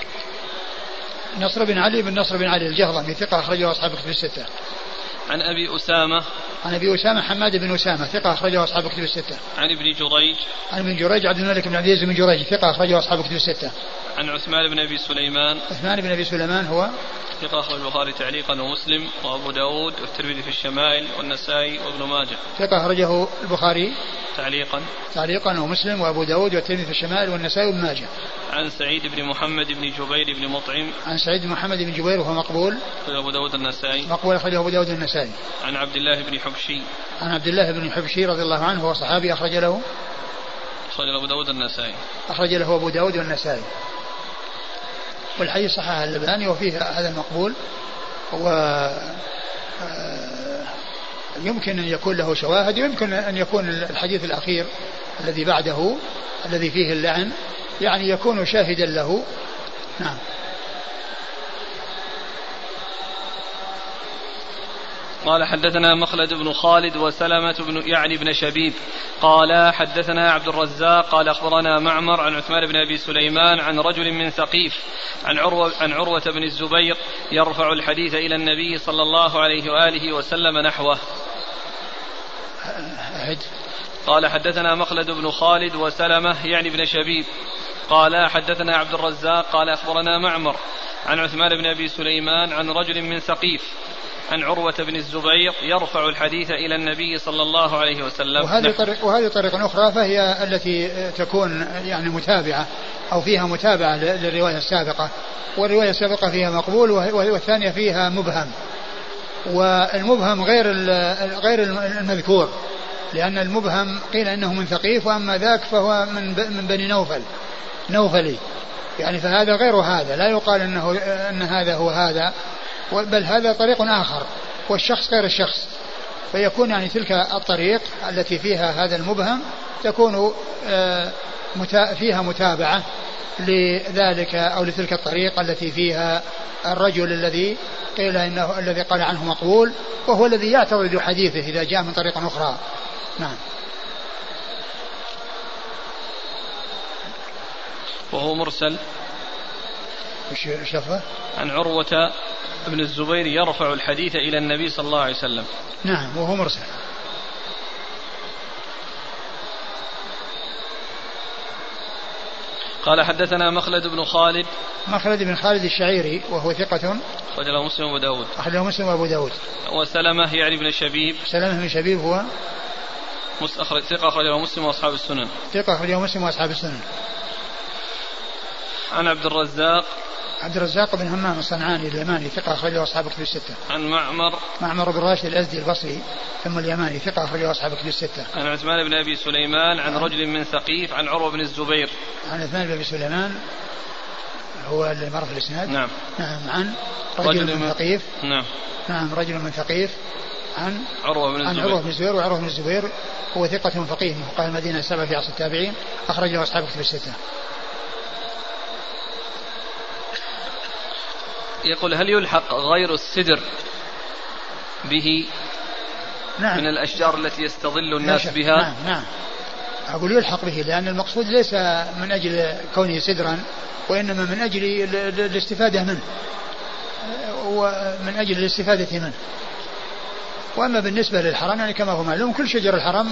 بن علي الجهضمي ثقة أخرجه أصحاب كتب الستة. عن أبي أسامة حماد بن أسامة ثقة أخرجه أصحاب كتب الستة. عن ابن جريج عبد الملك بن عبد العزيز بن جريج ثقة أخرجه أصحاب كتب الستة. عن عثمان بن أبي سليمان هو ثقة أخرج البخاري تعليقا ومسلم وأبو داود والترمذي في الشمائل والنسائي وابن ماجه. ثقة أخرجه البخاري تعليقا ومسلم وأبو داود والترمذي في الشمائل والنسائي وابن ماجه. عن سعيد بن محمد بن جبير بن مطعم. عن سعيد بن محمد بن جبير وهو مقبول أخرجه أبو داود النسائي. عن عبد الله بن حبشي رضي الله عنه هو صحابي أخرج له أبو داود والنسائي. والحديث صححه الألباني وفيه هذا المقبول. و يمكن أن يكون له شواهد، يمكن أن يكون الحديث الأخير الذي بعده الذي فيه اللعن يعني يكون شاهدا له. نعم. قال حدثنا مخلد بن خالد وسلمة بن شبيب قال حدثنا عبد الرزاق قال أخبرنا معمر عن عثمان بن أبي سليمان عن رجل من ثقيف عن عروة بن الزبير يرفع الحديث إلى النبي صلى الله عليه وآله وسلم نحوه. قال حدثنا مخلد بن خالد وسلمة بن شبيب قال حدثنا عبد الرزاق قال أخبرنا معمر عن عثمان بن أبي سليمان عن رجل من ثقيف عن عروة بن الزبير يرفع الحديث إلى النبي صلى الله عليه وسلم. وهذه طريقة أخرى فهي التي تكون يعني متابعة أو فيها متابعة للرواية السابقة، والرواية السابقة فيها مقبول والثانية فيها مبهم، والمبهم غير المذكور، لأن المبهم قيل إنه من ثقيف وأما ذاك فهو من بني نوفلي يعني، فهذا غير هذا، لا يقال أن هذا هو هذا، بل هذا طريق آخر والشخص غير الشخص، فيكون يعني تلك الطريق التي فيها هذا المبهم تكون فيها متابعة لذلك أو لتلك الطريق التي فيها الرجل الذي قيل إنه الذي قال عنه مقبول، وهو الذي يعترض حديثه إذا جاء من طريق أخرى. نعم. وهو مرسل عن عروة ابن الزبير يرفع الحديث إلى النبي صلى الله عليه وسلم. نعم وهو مرسل. قال حدثنا مخلد بن خالد الشعيري وهو ثقة أخرج له مسلم وأبو داود. وسلمة بن شبيب. سلمة بن شبيب هو ثقة أخرج له مسلم وأصحاب السنن. عن عبد الرزاق بن همام الصنعاني اليماني ثقة أخرجه أصحاب الكتب الستة. عن معمر بن راشد الأزدي البصري ثم اليماني ثقة أخرجه أصحاب الكتب الستة. عن عثمان بن أبي سليمان عن رجل من ثقيف عن عروة بن الزبير. عن عثمان بن أبي سليمان هو اللي مر في الإسناد. نعم. عن رجل من ثقيف. نعم رجل من ثقيف عن عروة بن الزبير. وعروة بن الزبير هو ثقة فقيه من فقهاء المدينة السبعة في عصر التابعين أخرجه أصحاب الكتب الستة. يقول هل يلحق غير السدر به؟ نعم. من الأشجار التي يستظل الناس بها. نعم أقول يلحق به، لأن المقصود ليس من أجل كونه سدرا، وإنما من أجل الاستفادة منه ومن أجل الاستفادة منه. وأما بالنسبة للحرم يعني كما هو معلوم كل شجر الحرم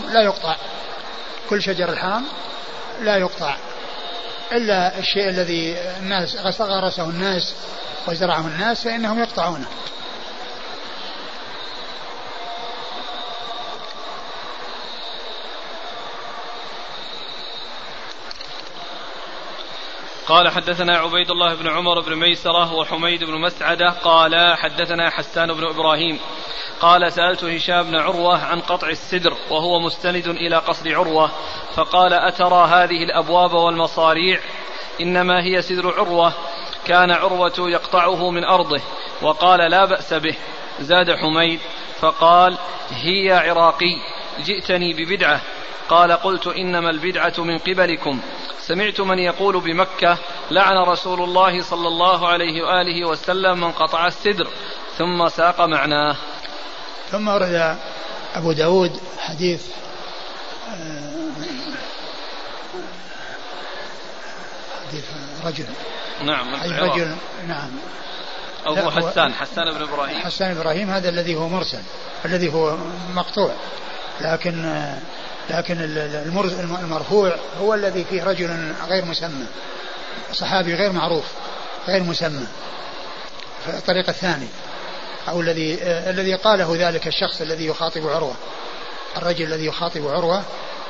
لا يقطع إلا الشيء الذي الناس غرسه الناس وزرعه الناس فإنهم يقطعونه. قال حدثنا عبيد الله بن عمر بن ميسرة وحميد بن مسعدة قال حدثنا حسان بن إبراهيم قال سألت هشام بن عروة عن قطع السدر وهو مستند إلى قصر عروة فقال أترى هذه الأبواب والمصاريع إنما هي سدر عروة كان عروة يقطعه من أرضه وقال لا بأس به. زاد حميد فقال هي عراقي جئتني ببدعة قال قلت إنما البدعة من قبلكم سمعت من يقول بمكة لعن رسول الله صلى الله عليه وآله وسلم من قطع السدر ثم ساق معناه. ثم ورد أبو داود حديث رجل. نعم رجل. نعم. أبو حسان بن إبراهيم هذا الذي هو مرسل الذي هو مقطوع، لكن المرفوع هو الذي فيه رجل غير مسمى صحابي غير معروف غير مسمى في الطريق الثاني أو الذي قاله ذلك الشخص الذي يخاطب عروة، الرجل الذي يخاطب عروة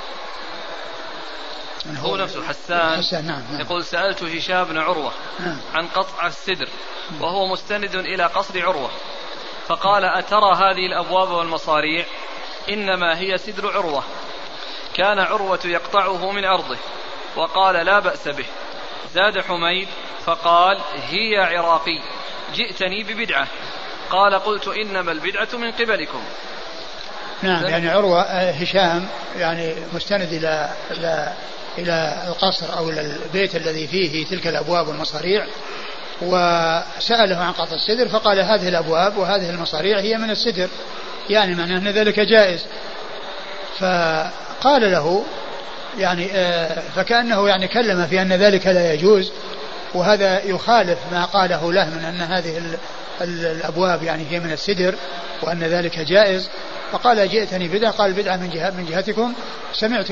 هو نفسه حسان. نعم. يقول سألت هشام بن عروة عن قطع السدر وهو مستند إلى قصر عروة فقال أترى هذه الأبواب والمصاريع إنما هي سدر عروة كان عروة يقطعه من أرضه وقال لا بأس به. زاد حميد فقال هي عراقي جئتني ببدعة قال قلت إنما البدعة من قبلكم. نعم يعني عروة هشام يعني مستند إلى القصر أو إلى البيت الذي فيه تلك الأبواب والمصاريع، وسأله عن قطع السدر فقال هذه الأبواب وهذه المصاريع هي من السدر، يعني معناه أن ذلك جائز. فقال له يعني فكأنه يعني كلم في أن ذلك لا يجوز، وهذا يخالف ما قاله له من أن هذه الأبواب يعني هي من السدر وأن ذلك جائز. فقال جئتني بدعة، قال بدعة من جهتكم. سمعت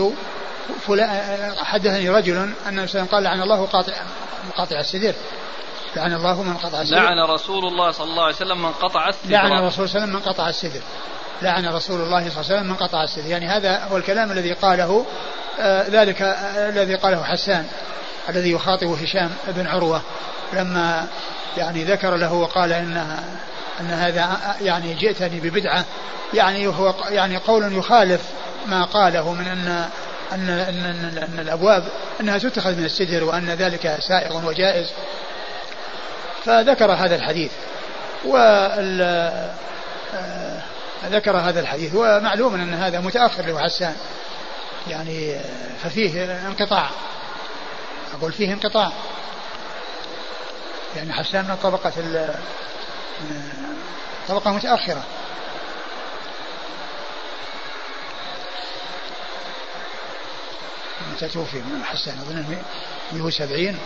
حدثني رجل أن قال لعن الله قاطع السدر، لعن الله من قطع السدر، لعن رسول الله صلى الله عليه وسلم من قطع السدر، لعن الرسول صلى الله عليه وسلم من قطع السدر، لعن رسول الله صلى الله عليه وسلم من قطع السدر. يعني هذا هو الكلام الذي قاله ذلك الذي قاله حسان الذي يخاطب هشام بن عروة لما يعني ذكر له وقال أن هذا يعني جئتني ببدعة، يعني هو يعني قول يخالف ما قاله من أن الأبواب أنها تتخذ من السدر وأن ذلك سائغ وجائز. فذكر هذا الحديث ذكر هذا الحديث، ومعلوم أن هذا متأخر له حسان يعني، ففيه انقطاع، أقول فيه انقطاع، يعني حسان من طبقة متأخرة. متى توفي من حسان؟ أظن 170.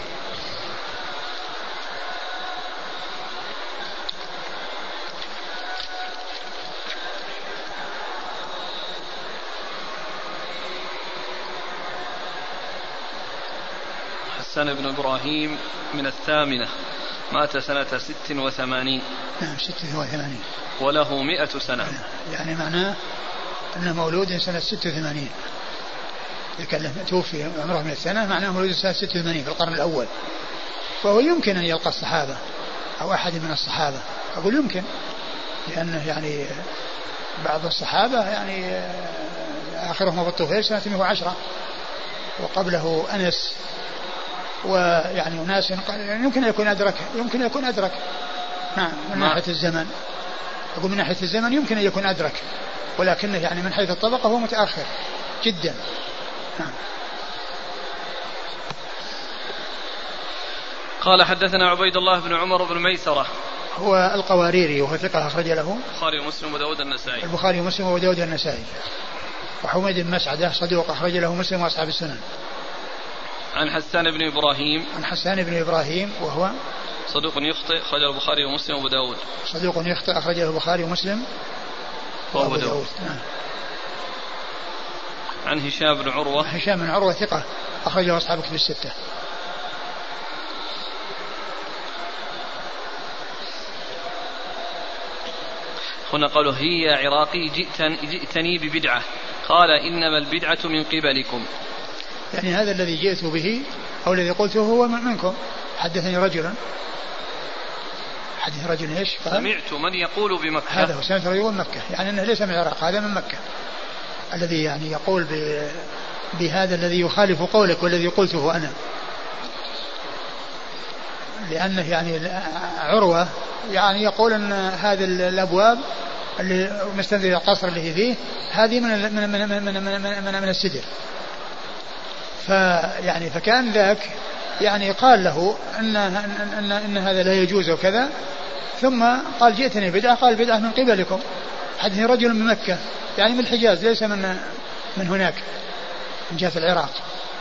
حسان بن إبراهيم من الثامنة، مات سنة 86. نعم 86 وله 100 سنة، يعني معناه أنه مولود سنة 86. يتكلم توفي عمره 100 سنة معناه مولود سنة 86 في القرن الأول، فهو يمكن أن يلقى الصحابة أو أحد من الصحابة، أقول يمكن، لأنه يعني بعض الصحابة يعني آخرهم أبو الطفيل سنة 110 وقبله أنس، ويعني ناس يعني يمكن أن يكون أدرك نعم من ناحية الزمن، أقول من ناحية الزمن يمكن أن يكون أدرك، ولكنه يعني من حيث الطبقة هو متأخر جدا. نعم. قال حدثنا عبيد الله بن عمر بن ميسرة، هو القواريري وهو ثقة أخرج له البخاري ومسلم وداود النسائي، البخاري ومسلم وداود النسائي. وحميد بن مسعدة صدوق أخرج له مسلم وأصحاب السنن. عن حسان بن إبراهيم، عن حسان بن إبراهيم وهو صدوق يخطئ أخرجه البخاري ومسلم وأبو داود، صدوق يخطئ أخرجه البخاري ومسلم وأبو داود. عن هشام بن عروة، هشام بن عروة ثقة أخرجه أصحاب كتب الستة. هنا قالوا هي عراقي جئتني ببدعة، قال إنما البدعة من قبلكم، يعني هذا الذي جئت به أو الذي قلته هو منكم. حدثني رجل، حدث رجل ايش؟ سمعت من يقول بمكة، هذا هو سمعت رجل من مكة، يعني أنه ليس من العراق، هذا من مكة الذي يعني يقول بهذا الذي يخالف قولك والذي قلته أنا، لأنه يعني عروة يعني يقول أن هذه الأبواب اللي مستند إلى القصر اللي فيه هذه من السدر، فيعني فكان ذاك يعني قال له أن هذا لا يجوز وكذا، ثم قال جئتني بدعة، قال بدعة من قبلكم. حدثني رجل من مكة يعني من الحجاز، ليس من هناك من جهة العراق.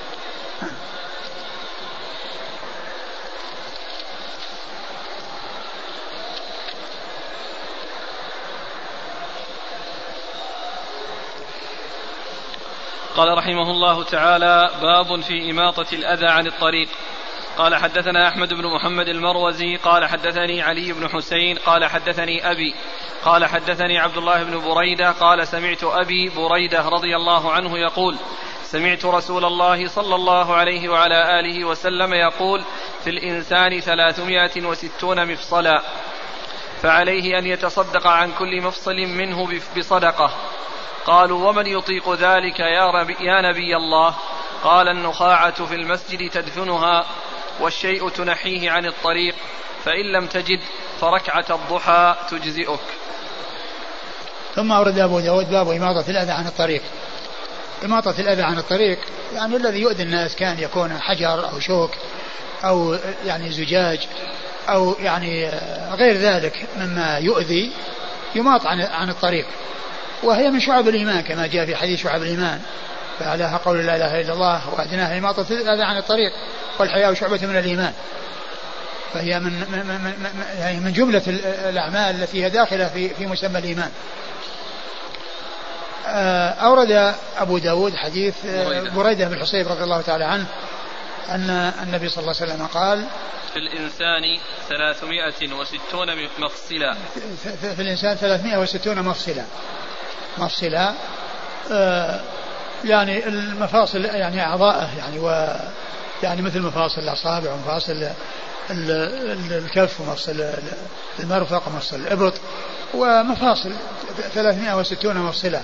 قال رحمه الله تعالى: باب في إماطة الأذى عن الطريق. قال حدثنا أحمد بن محمد المروزي قال حدثني علي بن حسين قال حدثني أبي قال حدثني عبد الله بن بريدة قال سمعت أبي بريدة رضي الله عنه يقول: سمعت رسول الله صلى الله عليه وعلى آله وسلم يقول: في الإنسان 360 مفصلا، فعليه أن يتصدق عن كل مفصل منه بصدقة. قالوا: ومن يطيق ذلك يا نبي الله؟ قال: النخاعة في المسجد تدفنها، والشيء تنحيه عن الطريق، فإن لم تجد فركعة الضحى تجزئك. ثم أورد أبو داود باب إماطة الأذى عن الطريق. إماطة الأذى عن الطريق يعني الذي يؤذي الناس، كان يكون حجر أو شوك أو يعني زجاج أو يعني غير ذلك مما يؤذي، يماط عن الطريق. وهي من شعب الإيمان كما جاء في حديث شعب الإيمان، فعلاها قول لا إله إلا الله وأدناها إماطة الأذى عن الطريق والحياء شعبة من الإيمان. فهي من جملة الأعمال التي هي داخلة في مسمى الإيمان. أورد أبو داود حديث بريدة بن الحصيب رضي الله تعالى عنه أن النبي صلى الله عليه وسلم قال: في الإنسان 360 مفصلا. في الإنسان 360 مفصلا يعني المفاصل يعني أعضاءه يعني مثل مفاصل الأصابع ومفاصل الكف ومفصل المرفق ومفصل الإبط ومفاصل 360 مفصلا.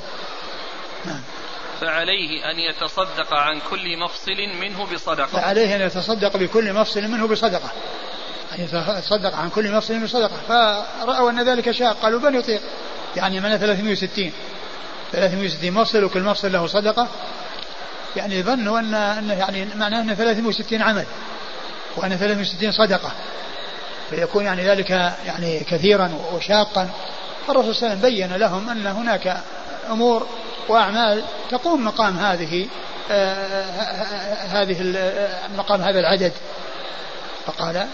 فعليه أن يتصدق عن كل مفصل منه بصدقة. فعليه أن يتصدق بكل مفصل منه بصدقة، أن يتصدق عن كل مفصل منه بصدقة. فرأوا أن ذلك شاق، قالوا بل يطيق، يعني من 360 مفصل وكل مفصل له صدقة، يعني ظنوا أن يعني معناه أن 360 عمل وأن 360 صدقة، فيكون يعني ذلك يعني كثيرا وشاقا. فالرسول صلى الله عليه وسلم بين لهم أن هناك أمور وأعمال تقوم مقام مقام هذا العدد. فقال: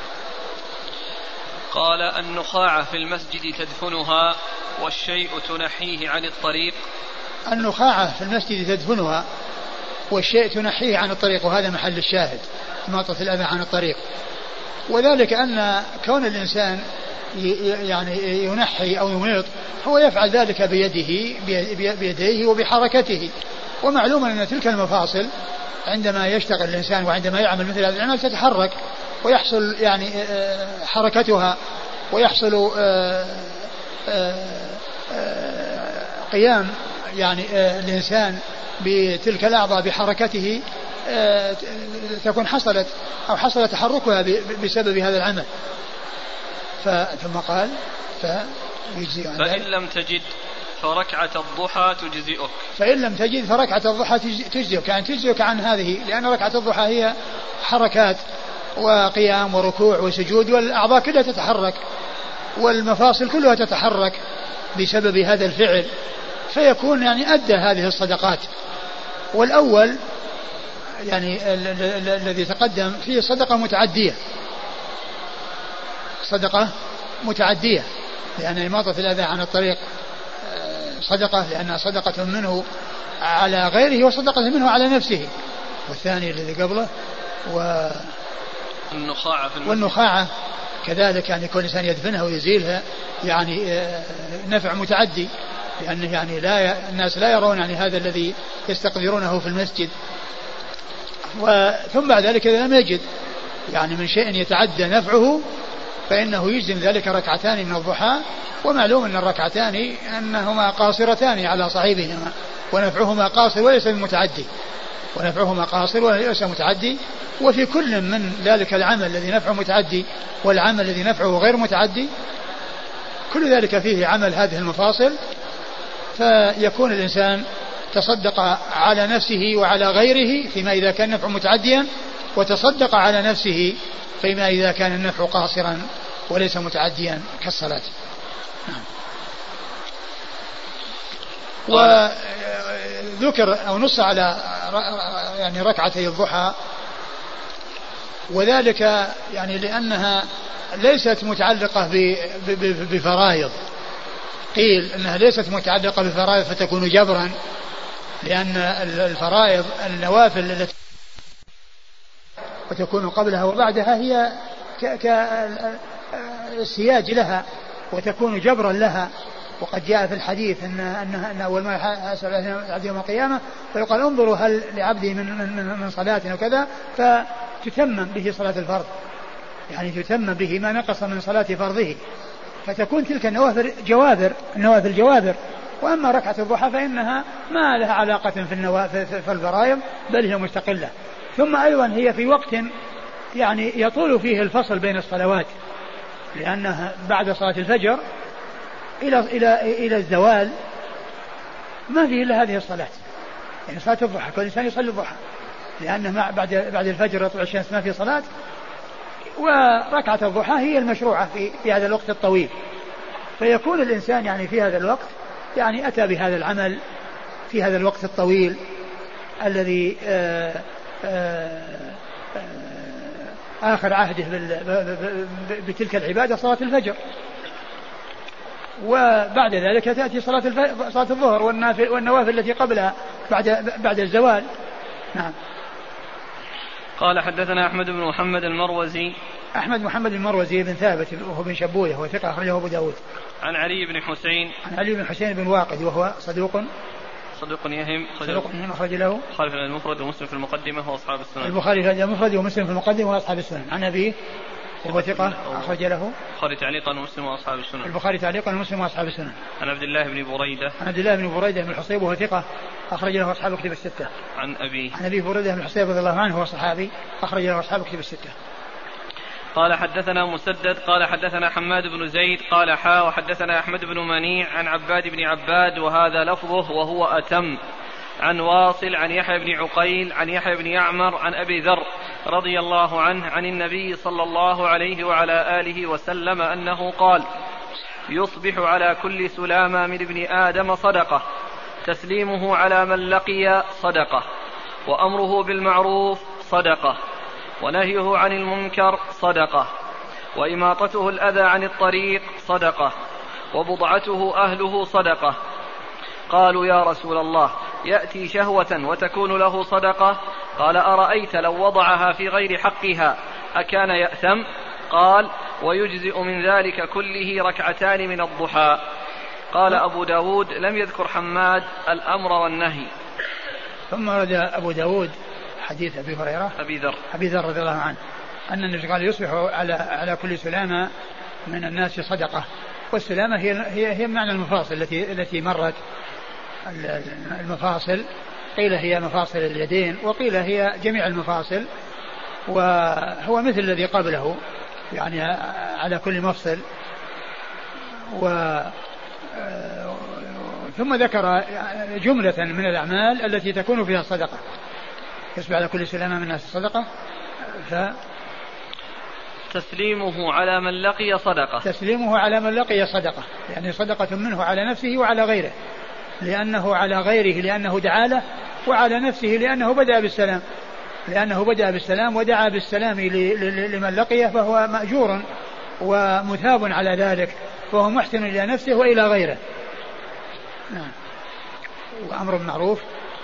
النخاعة في المسجد تدفنها والشيء تنحيه عن الطريق. النخاعة في المسجد تدفنها والشيء تنحيه عن الطريق، وهذا محل الشاهد، إماطة الأذى عن الطريق. وذلك أن كون الإنسان يعني ينحي أو يميط هو يفعل ذلك بيديه وبحركته. ومعلوم أن تلك المفاصل عندما يشتغل الإنسان وعندما يعمل مثل هذا العمل تتحرك ويحصل يعني حركتها، ويحصل قيام يعني الإنسان بتلك الأعضاء بحركته، تكون حصل تحركها بسبب هذا العمل. ثم قال: فإن لم تجد فركعة الضحى تجزئك. فإن لم تجد فركعة الضحى تجزئك، يعني تجزئك عن هذه، لأن ركعة الضحى هي حركات وقيام وركوع وسجود، والأعضاء كلها تتحرك والمفاصل كلها تتحرك بسبب هذا الفعل، فيكون يعني أدى هذه الصدقات. والأول يعني الذي تقدم فيه صدقة متعدية، لأن إماطة الأذى عن الطريق صدقة، لأنها صدقة منه على غيره وصدقة منه على نفسه. والثاني الذي قبله والنخاعة كذلك، يعني كل إنسان يدفنها ويزيلها يعني نفع متعدي، لأنه يعني الناس لا يرون يعني هذا الذي يستقدرونه في المسجد. ثم بعد ذلك إذا لم يجد يعني من شيء يتعدى نفعه فإنه يجزم ذلك ركعتان من الضحى. ومعلوم أن الركعتان أنهما قاصرتان على صاحبهما، ونفعهما قاصر وليس متعدي. وفي كل من ذلك العمل الذي نفعه متعدي والعمل الذي نفعه غير متعدي، كل ذلك فيه عمل هذه المفاصل. فيكون الإنسان تصدق على نفسه وعلى غيره فيما إذا كان نفعه متعديا، وتصدق على نفسه فيما إذا كان النفع قاصرا وليس متعديا كالصلاة. وذكر أو نص على يعني ركعتي الضحى، وذلك يعني لأنها ليست متعلقة بفرائض. قيل أنها ليست متعلقة بفرائض فتكون جبرا، لأن الفرائض النوافل التي وتكون قبلها وبعدها هي كالسياج لها وتكون جبرا لها. وقد جاء في الحديث أن أول ما يحاسب العبد يوم القيامة فيقال: انظروا هل لعبدي من صلاة وكذا، فتتمم به صلاة الفرض، يعني تتمم به ما نقص من صلاة فرضه، فتكون تلك النوافل جوابر. وأما ركعة الضحى فإنها ما لها علاقة في الفرائض، بل هي مستقلة. ثم أيضا هي في وقت يعني يطول فيه الفصل بين الصلوات، لأنها بعد صلاة الفجر إلى الزوال ما فيه إلا هذه الصلاة، يعني صلاة الضحى، كل إنسان يصلي الضحى، لأنه بعد الفجر يطلع الشمس ما في صلاة، وركعة الضحى هي المشروعة في هذا الوقت الطويل، فيكون الإنسان يعني في هذا الوقت يعني أتى بهذا العمل في هذا الوقت الطويل الذي آخر عهده بتلك العبادة صلاة الفجر، وبعد ذلك تأتي صلاة الظهر والنوافل التي قبلها بعد الزوال. نعم. قال حدثنا أحمد بن محمد المروزي. أحمد محمد المروزي بن ثابت وهو بن شبويه وثقة أخرجه أبو داود. عن علي بن حسين. عن علي بن حسين بن واقد وهو صدوق يهم أخرج له البخاري في المفرد ومسلم في المقدمة وأصحاب السنن. البخاري في المفرد ومسلم في المقدمة وأصحاب السنن. عن أبيه وهو ثقة أخرج له البخاري تعليقا ومسلم وأصحاب السنن. البخاري تعليقا ومسلم وأصحاب السنن. عن عبد الله بن بريدة. عن عبد الله بن بريدة بن الحصيب وهو ثقة أخرج له أصحاب الكتب الستة. عن أبي بريدة بن الحصيب رضي الله عنه هو صحابي أخرج له أصحاب الكتب الستة. قال حدثنا مسدد قال حدثنا حماد بن زيد قال وحدثنا أحمد بن منيع عن عباد بن عباد وهذا لفظه وهو أتم. عن واصل عن يحيى بن عقيل عن يحيى بن يعمر عن أبي ذر رضي الله عنه عن النبي صلى الله عليه وعلى آله وسلم أنه قال: يصبح على كل سلامة من ابن آدم صدقة، تسليمه على من لقي صدقة، وأمره بالمعروف صدقة، ونهيه عن المنكر صدقة، وإماطته الأذى عن الطريق صدقة، وبضعته أهله صدقة. قالوا: يا رسول الله، يأتي شهوة وتكون له صدقة؟ قال: أرأيت لو وضعها في غير حقها أكان يأثم؟ قال: ويجزئ من ذلك كله ركعتان من الضحى. قال أبو داود: لم يذكر حماد الأمر والنهي. ثم رد أبو داود حديث أبي ذر رضي الله عنه أن النبي قال: يصبح على كل سلامة من الناس صدقة. والسلامة هي معنى المفاصل التي مرت. المفاصل قيل هي مفاصل اليدين وقيل هي جميع المفاصل، وهو مثل الذي قبله يعني على كل مفصل. ثم ذكر جملة من الأعمال التي تكون فيها الصدقة. يصبح على كل سلامة من الناس صدقة. تسليمه على من لقي صدقة. تسليمه على من لقي صدقة، يعني صدقة منه على نفسه وعلى غيره، لأنه على غيره لأنه دعا له، وعلى نفسه لأنه بدأ بالسلام ودعا بالسلام لمن لقيه، فهو مأجور ومثاب على ذلك، فهو محسن إلى نفسه وإلى غيره. وأمر بالمعروف.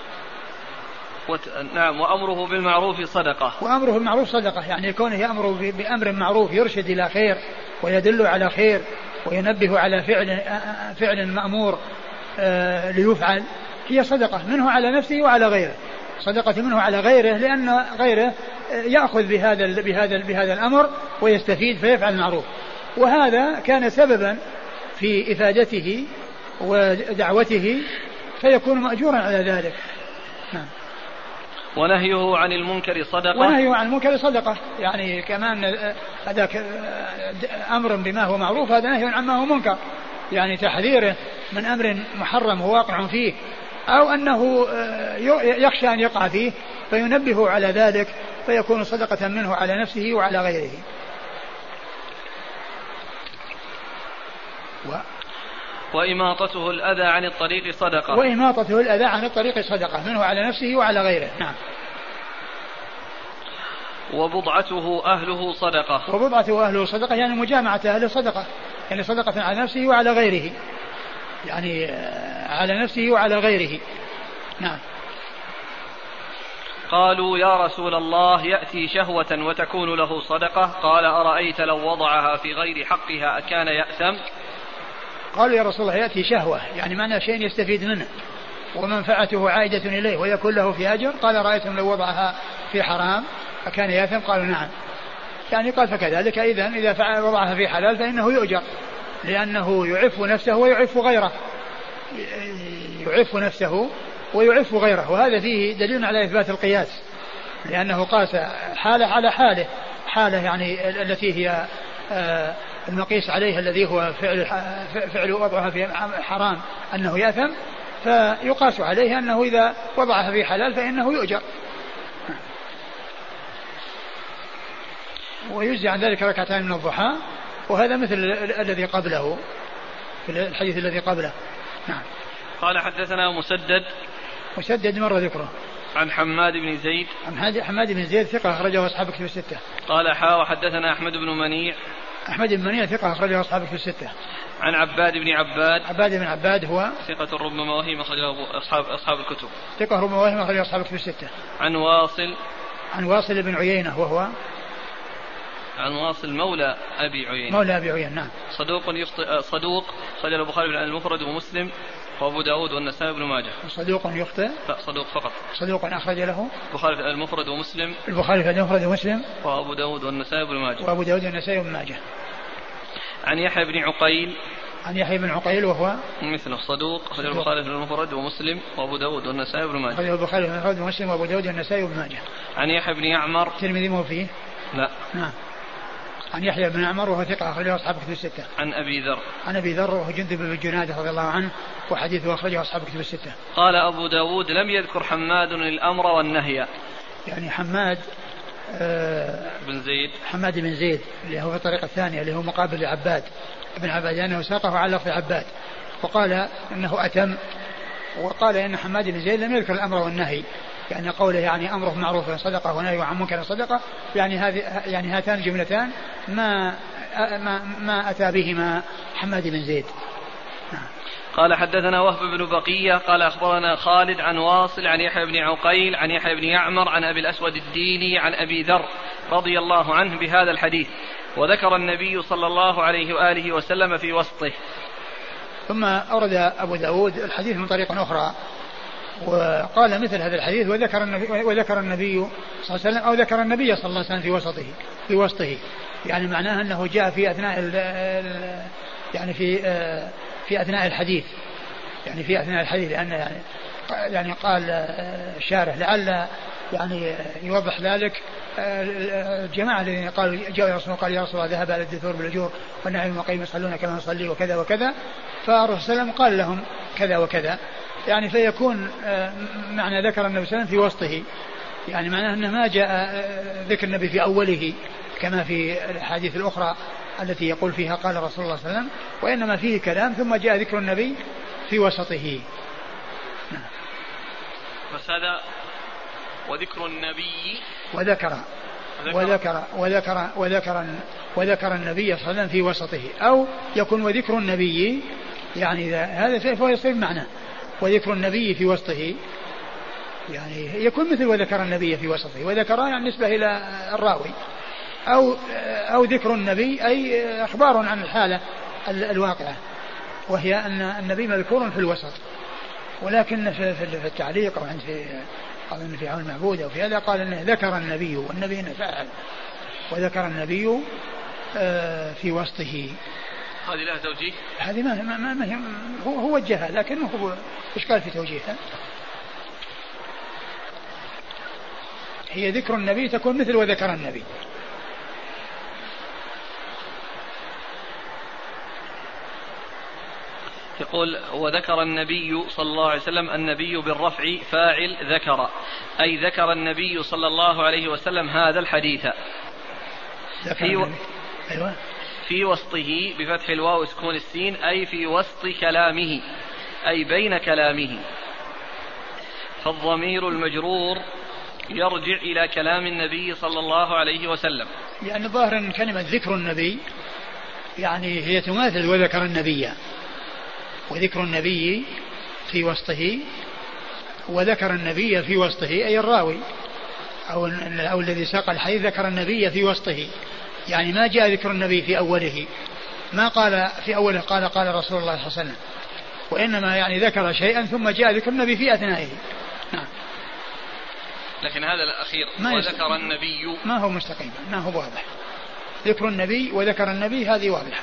نعم. وأمره بالمعروف صدقة. وأمره بالمعروف صدقة، يعني يكون يأمر بأمر معروف يرشد إلى خير ويدل على خير وينبه على فعل مأمور ليفعل، هي صدقة منه على نفسه وعلى غيره. صدقة منه على غيره لأن غيره يأخذ بهذا الأمر ويستفيد فيفعل المعروف، وهذا كان سببا في إفادته ودعوته فيكون مأجورا على ذلك. نعم. ونهيه عن المنكر صدقة. يعني كمان هذاك أمر بما هو معروف، هذا نهي عما هو منكر، يعني تحذيره من أمر محرم هو واقع فيه، أو أنه يخشى أن يقع فيه فينبه على ذلك فيكون صدقة منه على نفسه وعلى غيره. وإماطته الأذى عن الطريق صدقة. وإماطته الأذى عن الطريق صدقة منه على نفسه وعلى غيره. نعم. وبضعته أهله صدقة. وبضعته أهله صدقة يعني مجامعة أهله صدقة، يعني صدقة على نفسه وعلى غيره، يعني على نفسه وعلى غيره. نعم. قالوا: يا رسول الله، يأتي شهوة وتكون له صدقة؟ قال: أرأيت لو وضعها في غير حقها أكان يأثم؟ قالوا: يا رسول الله، يأتي شهوة يعني معنى شيء يستفيد منه ومنفعته عائدة إليه ويكون له في أجر. قال: رأيتم لو وضعها في حرام أكان يأثم؟ قالوا: نعم. يعني قال: فكذلك إذا وضعها في حلال فإنه يؤجر، لأنه يعف نفسه ويعف غيره، يعف نفسه ويعف غيره. وهذا فيه دليل على إثبات القياس، لأنه قاس حالة على حاله، حالة يعني التي هي المقيس عليه الذي هو فعل وضعها في حرام أنه يأثم، فيقاس عليه أنه إذا وضعها في حلال فإنه يؤجر. ويجزي عن ذلك ركعتين من الضحى، وهذا مثل الذي قبله في الحديث الذي قبله. نعم. قال حدثنا مسدد مر ذكره. عن حماد بن زيد. حماد بن زيد ثقة أخرجه أصحاب كتب الستة. قال وحدثنا أحمد بن منيع ثقة أخرجه أصحاب كتب الستة. عن عباد بن عباد هو ثقة ربما وهم أخرجه أصحاب الكتب. ثقة ربما وهم أخرجه أصحاب الكتب الستة. عن واصل بن عيينة وهو عن واصل مولى أبي عيينة. نعم. صدوق خرج البخاري في المفرد ومسلم وأبو داود والنسائي بن ماجه. صدوق يخطئ. لا صدوق فقط. صدوق أخرج له البخاري في المفرد ومسلم. وأبو داود والنسائي بن ماجه. عن يحيى بن عقيل وهو مثله صدوق خرج البخاري في المفرد ومسلم وأبو داود والنسائي بن ماجه. البخاري في المفرد ومسلم وأبو داود والنسائي بن ماجه. عن يحيى بن يعمر. الترمذي مو فيه؟ لا. نعم. عن يحيى بن عمر وهو ثقة أخرجه أصحاب كتب الستة. عن أبي ذر وهو جندب بن جنادة رضي الله عنه وحديثه أخرجه أصحاب كتب الستة. قال أبو داود لم يذكر حماد الأمر والنهي. يعني حماد بن زيد اللي هو في الطريقة الثانية اللي هو مقابل عباد بن عباد لأنه ساقه على لفظ عباد، وقال إنه أتم، وقال إن حماد بن زيد لم يذكر الأمر والنهي، يعني قوله يعني أمره معروف صدقة ونهيه عن منكر صدقة، يعني هاتان الجملتان ما أتى بهما حماد بن زيد. قال حدثنا وهب بن بقية قال أخبرنا خالد عن واصل عن يحيى بن عقيل عن يحيى بن يعمر عن أبي الأسود الديني عن أبي ذر رضي الله عنه بهذا الحديث، وذكر النبي صلى الله عليه وآله وسلم في وسطه. ثم أورد أبو داود الحديث من طريق أخرى وقال مثل هذا الحديث وذكر النبي صلى الله عليه وسلم أو ذكر النبي صلى الله عليه وسلم في وسطه، يعني معناه أنه جاء في أثناء يعني في أثناء الحديث، يعني في أثناء الحديث، لأن يعني قال الشارح لعل يعني يوضح ذلك الجماعة الذين قالوا جاء رسول قال يا رسول الله ذهب على الدثور بالأجور والنعيم المقيم يصلون كما نصلي وكذا وكذا، فالرسول صلى الله عليه وسلم قال لهم كذا وكذا، يعني فيكون معنى ذكر النبي صلى الله عليه وسلم في وسطه، يعني معناه أنه ما جاء ذكر النبي في أوله كما في الحديث الأخرى التي يقول فيها قال رسول الله صلى الله عليه وسلم، وإنما فيه كلام ثم جاء ذكر النبي في وسطه. بس هذا وذكر النبي وذكر النبي صلى الله عليه وسلم في وسطه، أو يكون وذكر النبي، يعني هذا فهو يصير معنى وذكر النبي في وسطه، يعني يكون مثل وذكر النبي في وسطه، وذكر يعني نسبة إلى الراوي، أو ذكر النبي أي أخبار عن الحالة الواقعة، وهي أن النبي مذكور في الوسط، ولكن في التعليق أو في عون المعبود أو في هذا قال أنه ذكر النبي والنبي فاعل، وذكر النبي في وسطه. هذه لها توجيه؟ هذه ما هو وجهها، لكنه هو إشكال في توجيهها. هي ذكر النبي تكون مثل وذكر النبي. يقول وذكر النبي صلى الله عليه وسلم، النبي بالرفع فاعل ذكر، أي ذكر النبي صلى الله عليه وسلم هذا الحديث في وسطه بفتح الواو وسكون السين، أي في وسط كلامه أي بين كلامه، فالضمير المجرور يرجع إلى كلام النبي صلى الله عليه وسلم. يعني ظاهرا كلمة ذكر النبي يعني هي تماثل وذكر النبي، وذكر النبي في وسطه وذكر النبي في وسطه أي الراوي أو الذي ساق الحديث ذكر النبي في وسطه، يعني ما جاء ذكر النبي في أوله، ما قال في أوله قال رسول الله صلى الله عليه وسلم، وإنما يعني ذكر شيئا ثم جاء ذكر النبي في أثنائه. نعم. لكن هذا الأخير وذكر النبي ما هو مستقيم، ما هو واضح. ذكر النبي وذكر النبي هذه واضحة.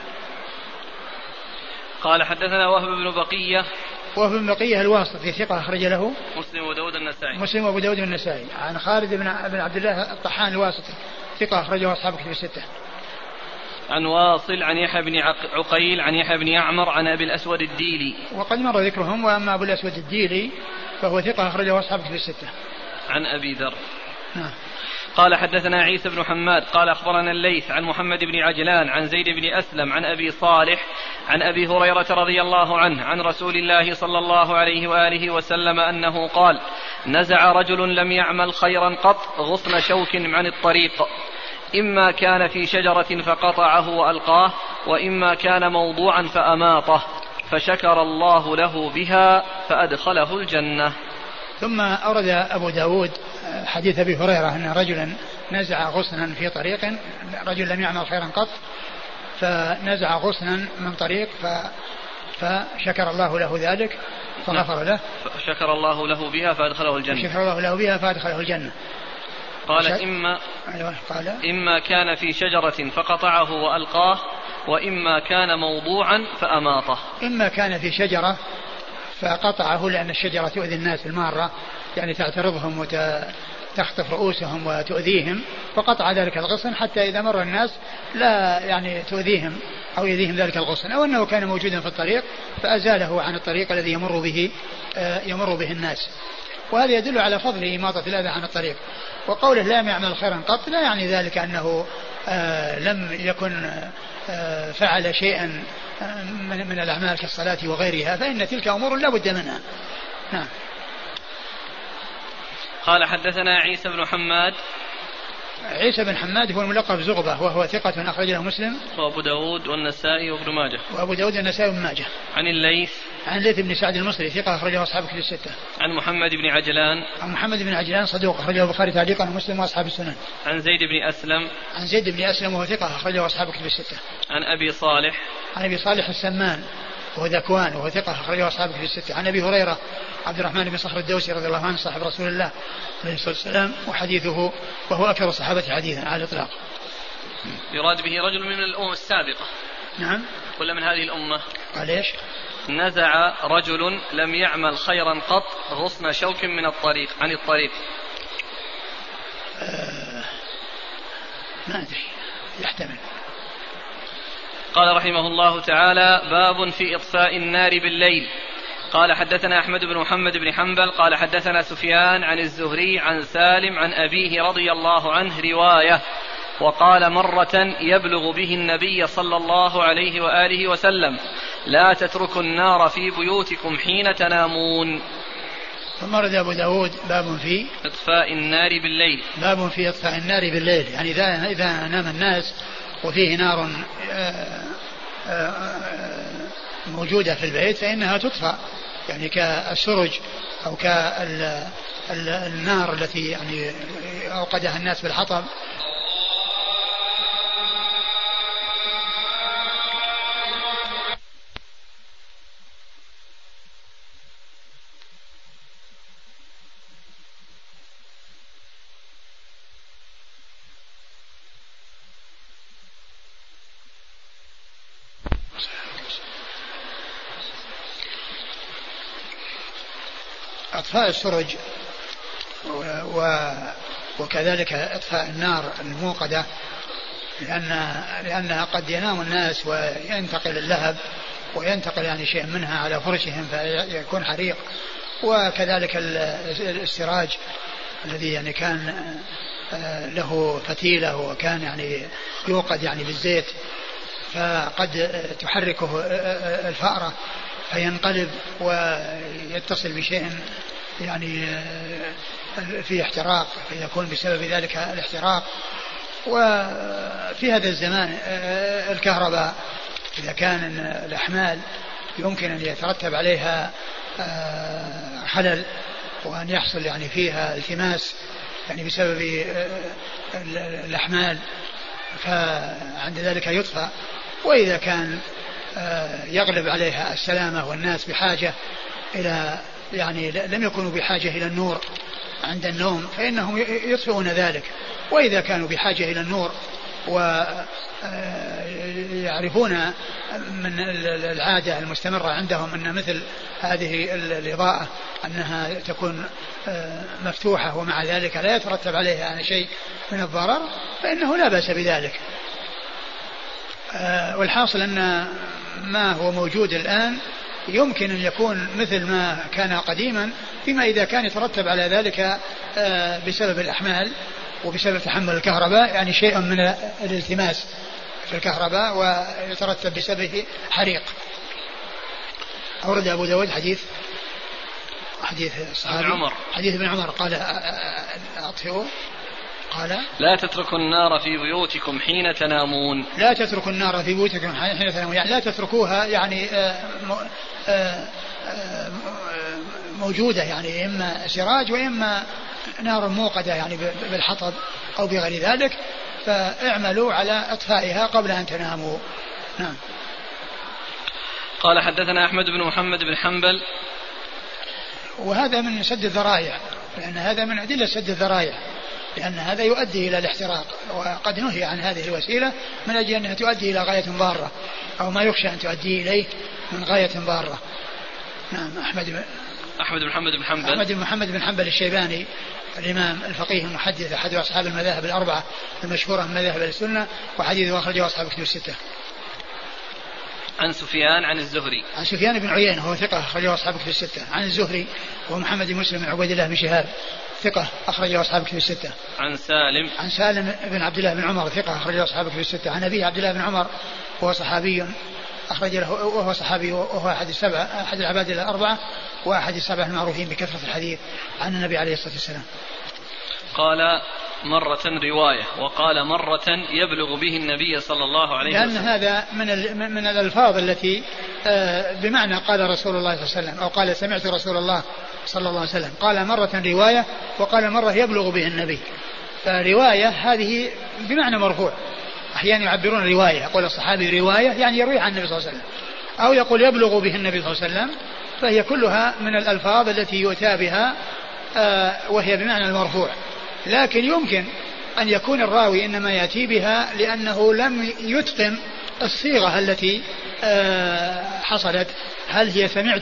قال حدثنا وهب بن بقية الواسطي ثقة أخرج له مسلم وأبو داود النسائي. عن خالد بن عبد الله الطحان الواسطي ثقة أخرجه أصحاب كتب الستة. عن واصل عن يحيى بن عقيل عن يحيى بن يعمر عن أبي الأسود الديلي. وقد مر ذكرهم. وأما أبو الأسود الديلي فهو ثقة أخرجه أصحاب في الستة. عن أبي ذر. نعم. قال حدثنا عيسى بن حماد قال أخبرنا الليث عن محمد بن عجلان عن زيد بن أسلم عن أبي صالح عن أبي هريرة رضي الله عنه عن رسول الله صلى الله عليه وآله وسلم أنه قال: نزع رجل لم يعمل خيرا قط غصن شوك عن الطريق، إما كان في شجرة فقطعه وألقاه، وإما كان موضوعا فأماطه، فشكر الله له بها فأدخله الجنة. ثم أورد أبو داود حديث أبي هريرة أن رجلا نزع غصنا في طريق، رجل لم يعمل خيرا قط فنزع غصنا من طريق فشكر الله له ذلك فغفر له. شكر الله له بها فأدخله الجنة. شكر الله له بها فأدخله الجنة. قال إما كان في شجرة فقطعه وألقاه، وإما كان موضوعا فأماطه. إما كان في شجرة فقطعه لأن الشجرة تؤذي الناس المارة، يعني تعترضهم وتخطف رؤوسهم وتؤذيهم، فقطع ذلك الغصن حتى إذا مر الناس لا يعني تؤذيهم أو يؤذيهم ذلك الغصن، أو أنه كان موجودا في الطريق فأزاله عن الطريق الذي يمر به الناس. وهذا يدل على فضل إماطة الأذى عن الطريق. وقوله لا يعمل خيرا قط لا يعني ذلك أنه لم يكن فعل شيئا من الأعمال كالصلاة وغيرها، فإن تلك أمور لا بد منها. نعم. قال حدثنا عيسى بن حماد. عيسى بن حماد هو الملقب زغبة، وهو ثقة أخرج له مسلم وأبو داود والنسائي وابن ماجه. وأبو داود والنسائي وابن ماجه. عن الليث. عن الليث بن سعد المصري ثقة أخرجه أصحاب كتب الستة. عن محمد بن عجلان. عن محمد بن عجلان صدوق أخرجه البخاري تعليقا ومسلم وأصحاب السنن. عن زيد بن أسلم. عن زيد بن أسلم وهو ثقة أخرجه أصحاب كتب الستة. عن أبي صالح. عن أبي صالح السمان وهو ذكوان وهو ثقة أخرجه أصحاب كتب الستة. عن أبي هريرة عبد الرحمن بن صخر الدوسي رضي الله عنه صاحب رسول الله عليه الصلاة والسلام، وحديثه وهو أكثر الصحابة حديثا على الإطلاق. يراد به رجل من الأمم السابقة. نعم. ولا من هذه الأمة؟ قال إيش؟ نزع رجل لم يعمل خيرا قط غصن شوك من الطريق عن الطريق. ما أدري، يحتمل. قال رحمه الله تعالى: باب في إطفاء النار بالليل. قال حدثنا أحمد بن محمد بن حنبل قال حدثنا سفيان عن الزهري عن سالم عن أبيه رضي الله عنه رواية، وقال مرة يبلغ به النبي صلى الله عليه وآله وسلم: لا تتركوا النار في بيوتكم حين تنامون. ثم ورد أبو داود باب في إطفاء النار بالليل. باب في إطفاء النار بالليل، يعني إذا نام الناس وفيه نار موجودة في البيت فإنها تطفأ، يعني كالسرج أو كالنار التي يعني أوقدها الناس بالحطب. إطفاء السرج وكذلك إطفاء النار الموقدة، لأنها قد ينام الناس وينتقل اللهب وينتقل يعني شيء منها على فرشهم فيكون حريق. وكذلك السراج الذي يعني كان له فتيلة وكان يعني يوقد يعني بالزيت، فقد تحركه الفأرة فينقلب ويتصل بشيء يعني في احتراق، فيكون بسبب ذلك الاحتراق. وفي هذا الزمان الكهرباء إذا كان الأحمال يمكن أن يترتب عليها خلل وأن يحصل يعني فيها التماس يعني بسبب الأحمال، فعند ذلك يطفأ. وإذا كان يغلب عليها السلامة والناس بحاجة إلى يعني لم يكونوا بحاجة إلى النور عند النوم فإنهم يطفئون ذلك. وإذا كانوا بحاجة إلى النور ويعرفون من العادة المستمرة عندهم أن مثل هذه الإضاءة أنها تكون مفتوحة ومع ذلك لا يترتب عليها شيء من الضرر فإنه لا بأس بذلك. والحاصل أن ما هو موجود الآن يمكن أن يكون مثل ما كان قديما، فيما إذا كان يترتب على ذلك بسبب الأحمال وبسبب تحمل الكهرباء، يعني شيء من الالتماس في الكهرباء ويترتب بسببه حريق. أورد أبو داود حديث الصحابي حديث ابن عمر قال أطفئوا، قال لا تتركوا النار في بيوتكم حين تنامون. لا تتركوا النار في بيوتكم حين تنامون، يعني لا تتركوها، يعني موجودة، يعني إما سراج وإما نار موقدة يعني بالحطب أو بغير ذلك، فاعملوا على إطفائها قبل أن تناموا. نعم. قال حدثنا أحمد بن محمد بن حنبل، وهذا من سد الذرائع، لأن هذا من أدلة سد الذرائع، لأن هذا يؤدي إلى الاحتراق، وقد نهي عن هذه الوسيلة من أجل أنها تؤدي إلى غاية ضارة أو ما يخشى أن تؤدي إليه من غاية ضارة. نعم. أحمد بن محمد بن حنبل الشيباني الإمام الفقيه المحدث أحد أصحاب المذاهب الأربعة المشهورة من مذاهب السنة، وحديثه أخرجه أصحاب كتب الستة. عن سفيان عن الزهري، عن سفيان بن عيينة هو ثقة أخرجه أصحاب كتب الستة. عن الزهري ومحمد بن مسلم بن عبيد الله بن شهاب ثقة أخرجه أصحاب كتب الستة. عن سالم بن عبد الله بن عمر ثقة أخرجه أصحاب كتب الستة. عن أبي عبد الله بن عمر وهو صحابي أخرج له، وهو صحابي وهو أحد العباد الأربعة وأحد السبعة المعروفين بكثرة الحديث عن النبي عليه الصلاة والسلام. قال مرة رواية، وقال مرة يبلغ به النبي صلى الله عليه وسلم، لأن هذا من الألفاظ التي بمعنى قال رسول الله صلى الله عليه وسلم أو قال سمعت رسول الله صلى الله عليه وسلم. قال مرة رواية وقال مرة يبلغ به النبي، فرواية هذه بمعنى مرفوع. أحيانا يعبرون رواية، يقول الصحابي رواية يعني يروي عن النبي صلى الله عليه وسلم، أو يقول يبلغ به النبي صلى الله عليه وسلم، فهي كلها من الألفاظ التي يؤتى بها وهي بمعنى المرفوع. لكن يمكن أن يكون الراوي إنما يأتي بها لأنه لم يتقن الصيغة التي حصلت، هل هي سمعت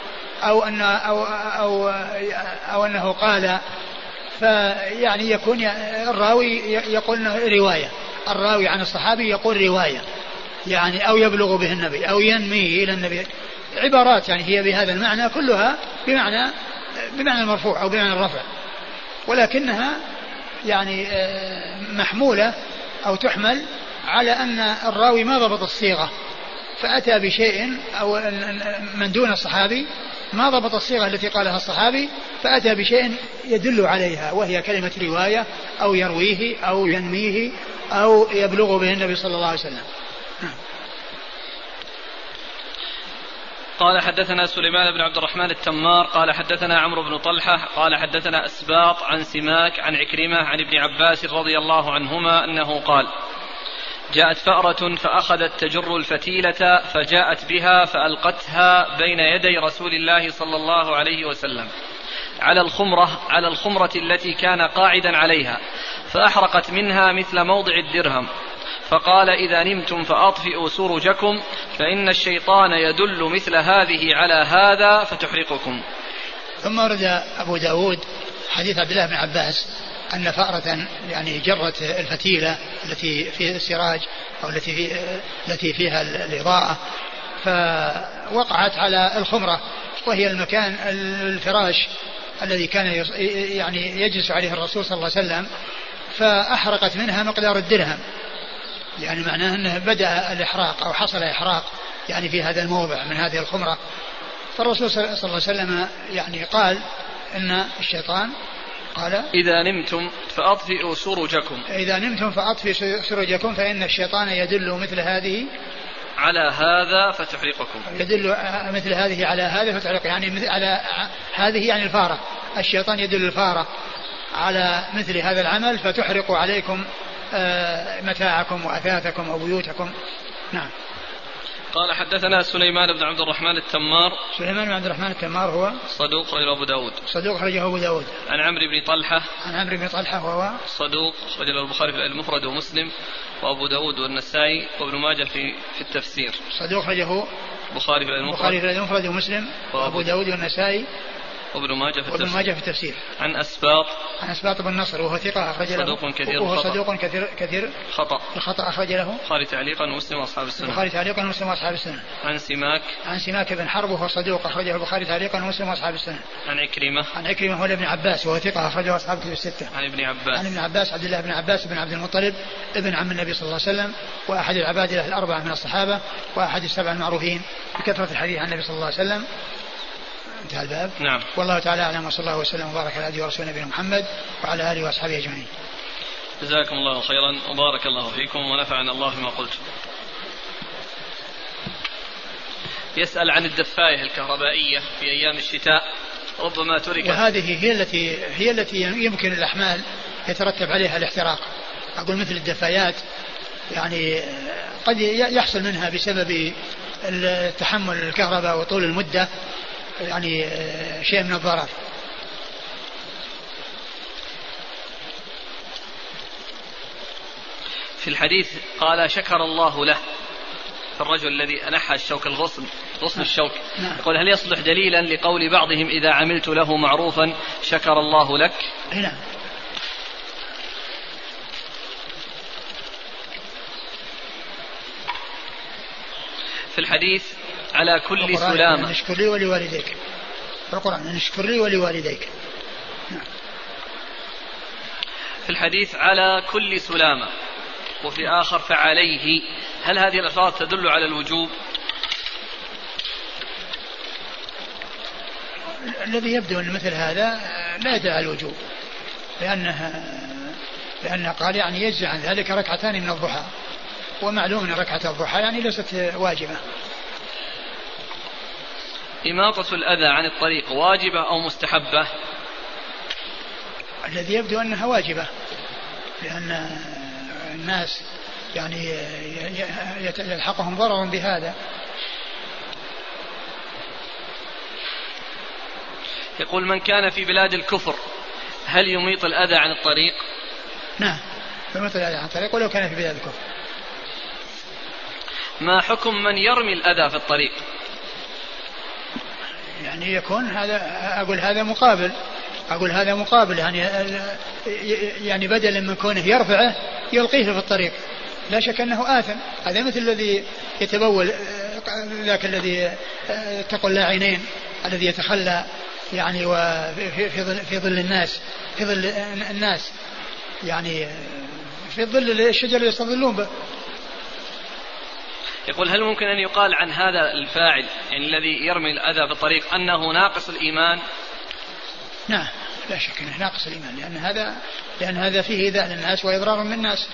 أو أنه قال، فيعني يكون الراوي يقول رواية، الراوي عن الصحابي يقول رواية يعني أو يبلغ به النبي أو ينميه إلى النبي، عبارات يعني هي بهذا المعنى كلها بمعنى المرفوع أو بمعنى الرفع، ولكنها يعني محمولة أو تحمل على أن الراوي ما ضبط الصيغة فأتى بشيء، أو من دون الصحابي ما ضبط الصيغة التي قالها الصحابي فأتى بشيء يدل عليها، وهي كلمة رواية أو يرويه أو ينميه أو يبلغ به النبي صلى الله عليه وسلم. قال حدثنا سليمان بن عبد الرحمن التمار قال حدثنا عمرو بن طلحة قال حدثنا أسباط عن سماك عن عكرمة عن ابن عباس رضي الله عنهما أنه قال جاءت فأرة فأخذت تجر الفتيلة فجاءت بها فألقتها بين يدي رسول الله صلى الله عليه وسلم على الخمرة التي كان قاعدا عليها، فأحرقت منها مثل موضع الدرهم، فقال إذا نمتم فأطفئوا سرجكم فإن الشيطان يدل مثل هذه على هذا فتحرقكم. ثم ورد أبو داود حديث عبد الله بن عباس أن فأرة يعني جرت الفتيلة التي في السراج أو التي فيها الإضاءة، فوقعت على الخمرة وهي المكان الفراش الذي كان يعني يجلس عليه الرسول صلى الله عليه وسلم، فأحرقت منها مقدار الدرهم، يعني معناه أنه بدأ الإحراق أو حصل إحراق يعني في هذا الموضع من هذه الخمرة. فالرسول صلى الله عليه وسلم يعني قال إن الشيطان قال إذا نمتم فأطفئوا سرجكم فإن الشيطان يدل مثل هذه على هذا فتحرقكم، يدل مثل هذه على هذا فتحرق، يعني على هذه يعني الفارة، الشيطان يدل الفارة على مثل هذا العمل فتحرق عليكم متاعكم وأثاثكم وبيوتكم. نعم. قال حدثنا سليمان بن عبد الرحمن التمار. سليمان بن عبد الرحمن التمار هو صدوق خرجه أبو داود. صدوق خرجه أبو داود. عن عمرو بن طلحة. عن عمرو بن طلحة وهو صدوق خرجه البخاري في المفرد ومسلم وأبو داود والنسائي وابن ماجه في التفسير. صدوق خرجه البخاري في المفرد ومسلم وأبو داود والنسائي وابن ماجه في التفسير. عن أسباط بن نصر وهو ثقة أخرج له وهو صدوق كثير الخطأ أخرج له البخاري تعليقا ومسلم وأصحاب السنن. عن سماك بن حرب وهو صدوق أخرجه البخاري تعليقا ومسلم وأصحاب السنن. عن عكرمة هو ابن عباس وهو ثقة أخرجه أصحاب الكتب الستة. عن ابن عباس عبد الله بن عباس بن عبد المطلب ابن عم النبي صلى الله عليه وسلم وأحد العبادلة الأربعة من الصحابة وأحد السبع المعروفين بكثرة الحديث عن النبي صلى الله عليه وسلم. انتهى الباب. نعم. والله تعالى أعلم وصلى الله وسلم وبارك على عبده ورسوله نبينا محمد وعلى آله وأصحابه أجمعين. جزاكم الله خيرا وبارك الله فيكم ونفعنا الله بما قلت. يسأل عن الدفاية الكهربائية في أيام الشتاء ربما تركت، وهذه هي التي يمكن الأحمال يترتب عليها الاحتراق. أقول مثل الدفايات يعني قد يحصل منها بسبب تحمل الكهرباء وطول المدة يعني شيء من الضرر. في الحديث قال شكر الله له الرجل الذي أنحى الشوك غصن الشوك. يقول هل يصلح دليلا لقول بعضهم إذا عملت له معروفا شكر الله لك؟ نعم. في الحديث على كل سلامة نشكر لي ولوالديك. القرآن نشكر لي ولوالديك. في الحديث على كل سلامة وفي آخر فعليه، هل هذه الألفاظ تدل على الوجوب؟ الذي يبدو أن مثل هذا لا يدل على الوجوب لأنه قال يعني يجزي عن ذلك ركعتان من الضحى، ومعلوم أن ركعة الضحى يعني ليست واجبة. إماطة الأذى عن الطريق واجبة أو مستحبة؟ الذي يبدو أنها واجبة، لأن الناس يعني يلحقهم ضرر بهذا. يقول من كان في بلاد الكفر هل يميط الأذى عن الطريق؟ نعم يميط الأذى عن الطريق ولو كان في بلاد الكفر. ما حكم من يرمي الأذى في الطريق؟ يعني يكون هذا أقول هذا مقابل يعني بدلا من كونه يرفعه يلقيه في الطريق، لا شك أنه آثم. هذا مثل الذي يتبول ذاك الذي تقول لا عينين الذي يتخلى يعني في ظل الناس يعني في ظل الشجر اللي يستظلون به. يقول هل ممكن أن يقال عن هذا الفاعل يعني الذي يرمي الأذى في الطريق أنه ناقص الإيمان؟ نعم لا شك أنه ناقص الإيمان، لأن هذا فيه إيذاء للناس وإضرار من الناس.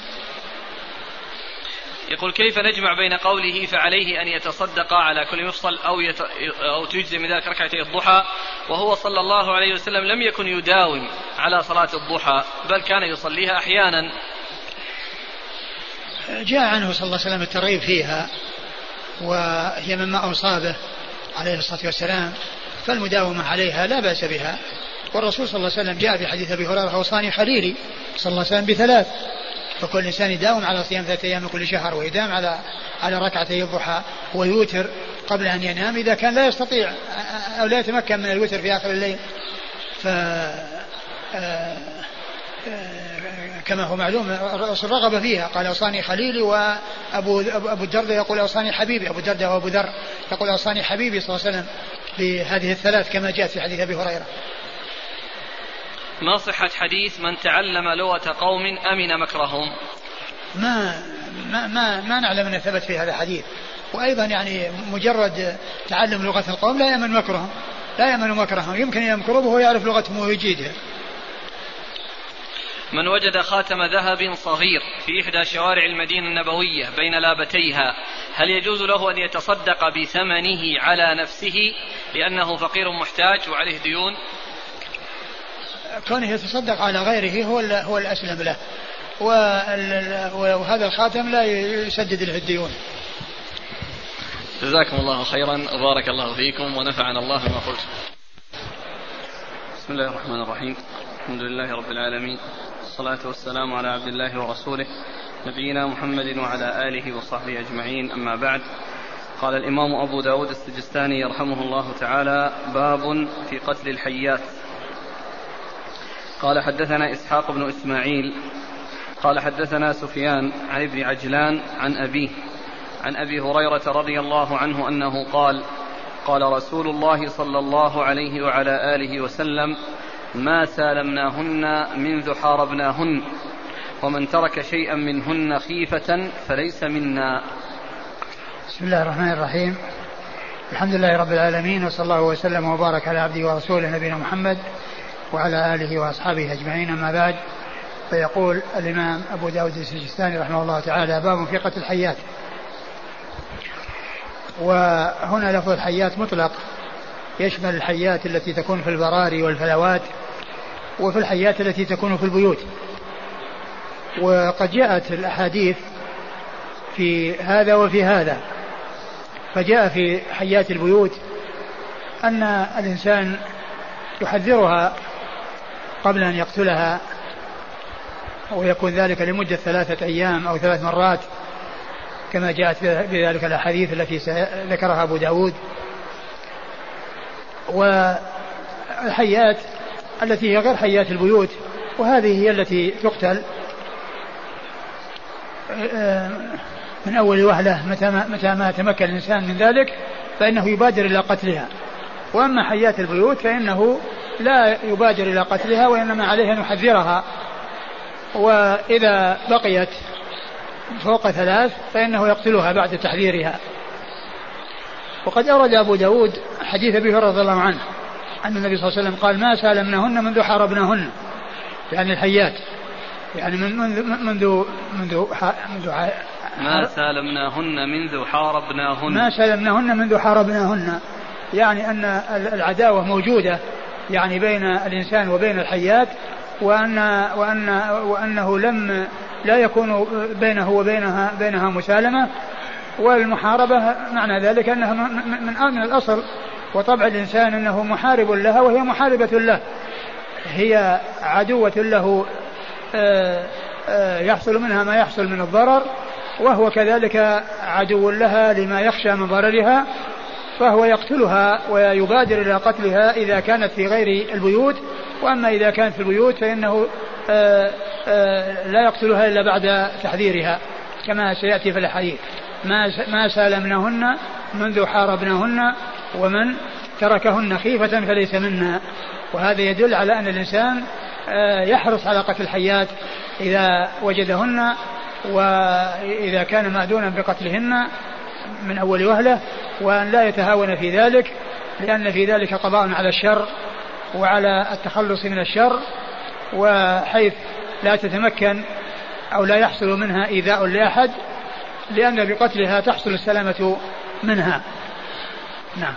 يقول كيف نجمع بين قوله فعليه أن يتصدق على كل مفصل أو تجزي من ذلك ركعتي الضحى، وهو صلى الله عليه وسلم لم يكن يداوم على صلاة الضحى بل كان يصليها أحيانا. جاء عنه صلى الله عليه وسلم الترغيب فيها، وهي مما أوصى به عليه الصلاة والسلام، فالمداومة عليها لا بأس بها. والرسول صلى الله عليه وسلم جاء في حديث أبي هريرة أوصاني خليلي صلى الله عليه وسلم ب3، فكل إنسان يداوم على صيام 3 أيام كل شهر، ويدام على ركعتي الضحى ويوتر قبل أن ينام إذا كان لا يستطيع أو لا يتمكن من الوتر في آخر الليل. كما هو معلوم الرسول رغب فيها، قال أوصاني خليلي، وأبو الدرداء يقول أوصاني حبيبي، أبو الدرداء وأبو ذر يقول أوصاني حبيبي صلى الله عليه وسلم بهذه ال3 كما جاءت في حديث أبي هريرة. ما صحة حديث من تعلم لغة قوم أمن مكرهم؟ ما نعلم أن ثبت في هذا الحديث. وأيضا يعني مجرد تعلم لغة القوم لا يأمن مكرهم، يمكن يمكروا وهو يعرف لغتهم ويجيدها. من وجد خاتم ذهب صغير في إحدى شوارع المدينة النبوية بين لابتيها هل يجوز له أن يتصدق بثمنه على نفسه لأنه فقير محتاج وعليه ديون؟ كونه يتصدق على غيره هو الأسلم له، وهذا الخاتم لا يسدد له الديون. جزاكم الله خيرا وبارك الله فيكم ونفعنا الله بما قلت. بسم الله الرحمن الرحيم، الحمد لله رب العالمين، والصلاة والسلام على عبد الله ورسوله نبينا محمد وعلى آله وصحبه أجمعين، أما بعد. قال الإمام أبو داود السجستاني رحمه الله تعالى: باب في قتل الحيات. قال حدثنا إسحاق بن إسماعيل قال حدثنا سفيان عن ابن عجلان عن أبيه عن أبي هريرة رضي الله عنه أنه قال: قال رسول الله صلى الله عليه وعلى آله وسلم: ما سالمناهن منذ حاربناهن، ومن ترك شيئا منهن خيفة فليس منا. بسم الله الرحمن الرحيم. الحمد لله رب العالمين، وصلى الله وسلم وبارك على عبده ورسوله نبينا محمد وعلى آله وأصحابه أجمعين، أما بعد. فيقول الإمام أبو داود السجستاني رحمه الله تعالى: باب في قتل الحيات. وهنا لفظ الحيات مطلق، يشمل الحيات التي تكون في البراري والفلوات، وفي الحيات التي تكون في البيوت. وقد جاءت الأحاديث في هذا وفي هذا، فجاء في حيات البيوت أن الإنسان يحذرها قبل أن يقتلها، ويكون ذلك لمدة 3 أيام أو 3 مرات كما جاءت بذلك الأحاديث التي ذكرها أبو داود. والحيات التي هي غير حيات البيوت، وهذه هي التي تقتل من أول وهلة متى ما تمكن الإنسان من ذلك فإنه يبادر إلى قتلها. وأما حيات البيوت فإنه لا يبادر إلى قتلها، وإنما عليه أن يحذرها، وإذا بقيت فوق 3 فإنه يقتلها بعد تحذيرها. وقد أورد أبو داود حديث أبي هريرة رضي الله عنه أن النبي صلى الله عليه وسلم قال: ما سالمناهن منذ حاربناهن، يعني الحيات، يعني ما سالمناهن منذ حاربناهن، ما سالمناهن منذ حاربناهن، يعني أن العداوة موجودة يعني بين الإنسان وبين الحيات، وأنه لا يكون بينه وبينها مسالمة. والمحاربة معنى ذلك أنها من الأصل وطبع الإنسان أنه محارب لها، وهي محاربة له، هي عدوة له، يحصل منها ما يحصل من الضرر، وهو كذلك عدو لها لما يخشى من ضررها، فهو يقتلها ويبادر إلى قتلها إذا كانت في غير البيوت. وأما إذا كانت في البيوت فإنه لا يقتلها إلا بعد تحذيرها كما سيأتي في الحديث: ما سالمناهن منذ حاربناهن، ومن تركهن خيفة فليس منا. وهذا يدل على أن الإنسان يحرص على قتل الحيات إذا وجدهن، وإذا كان مأذونا بقتلهن من أول وهلة، وأن لا يتهاون في ذلك، لأن في ذلك قضاء على الشر وعلى التخلص من الشر، وحيث لا تتمكن أو لا يحصل منها إيذاء لأحد، لأن بقتلها تحصل السلامة منها. نعم.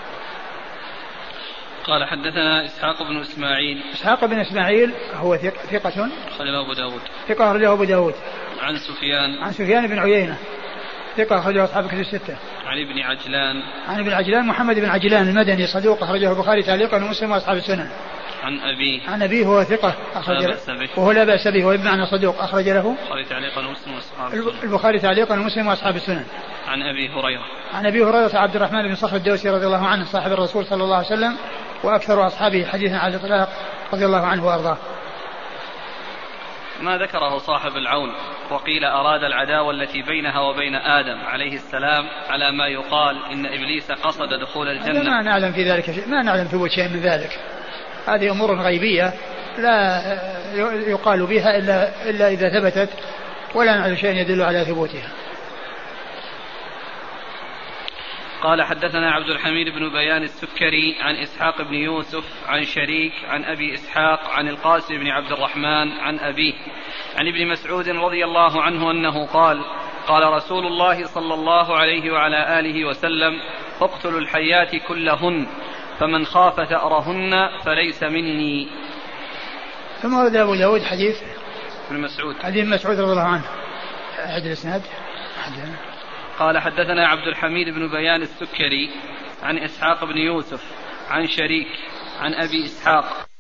قال حدثنا إسحاق بن إسماعيل. إسحاق بن إسماعيل هو ثقة أخرجه أبو داود. ثقة أخرجه أبو داود. عن سفيان بن عيينة ثقة أخرجه أصحاب الكتب 6. عن ابن عجلان محمد بن عجلان المدني صدوق أخرجه البخاري تعليقا ومسلم وأصحاب السنن. عن أبيه هو ثقة وهو لا بأس به، وبمعنى صدوق أخرج له البخاري تعليقا ومسلم وأصحاب السنن. عن أبي هريرة عبد الرحمن بن صخر الدوسي رضي الله عنه صاحب الرسول صلى الله عليه وسلم، وأكثر أصحابه حديثا على الإطلاق رضي الله عنه وأرضاه. ما ذكره صاحب العون، وقيل أراد العداوة التي بينها وبين آدم عليه السلام على ما يقال إن إبليس قصد دخول الجنة. ما نعلم في ذلك شيء، ما نعلم ثبوت شيء من ذلك، هذه أمور غيبية لا يقال بها إلا إذا ثبتت، ولا نعلم شيء يدل على ثبوتها. قال حدثنا عبد الحميد بن بيان السكري عن إسحاق بن يوسف عن شريك عن أبي إسحاق عن القاسم بن عبد الرحمن عن أبيه عن ابن مسعود رضي الله عنه أنه قال: قال رسول الله صلى الله عليه وعلى آله وسلم: اقتلوا الحيات كلهن، فمن خاف ثأرهن فليس مني. ثم ورد أبو داود حديث ابن مسعود رضي الله عنه. أعد الإسناد. قال حدثنا عبد الحميد بن بيان السكري عن إسحاق بن يوسف عن شريك عن أبي إسحاق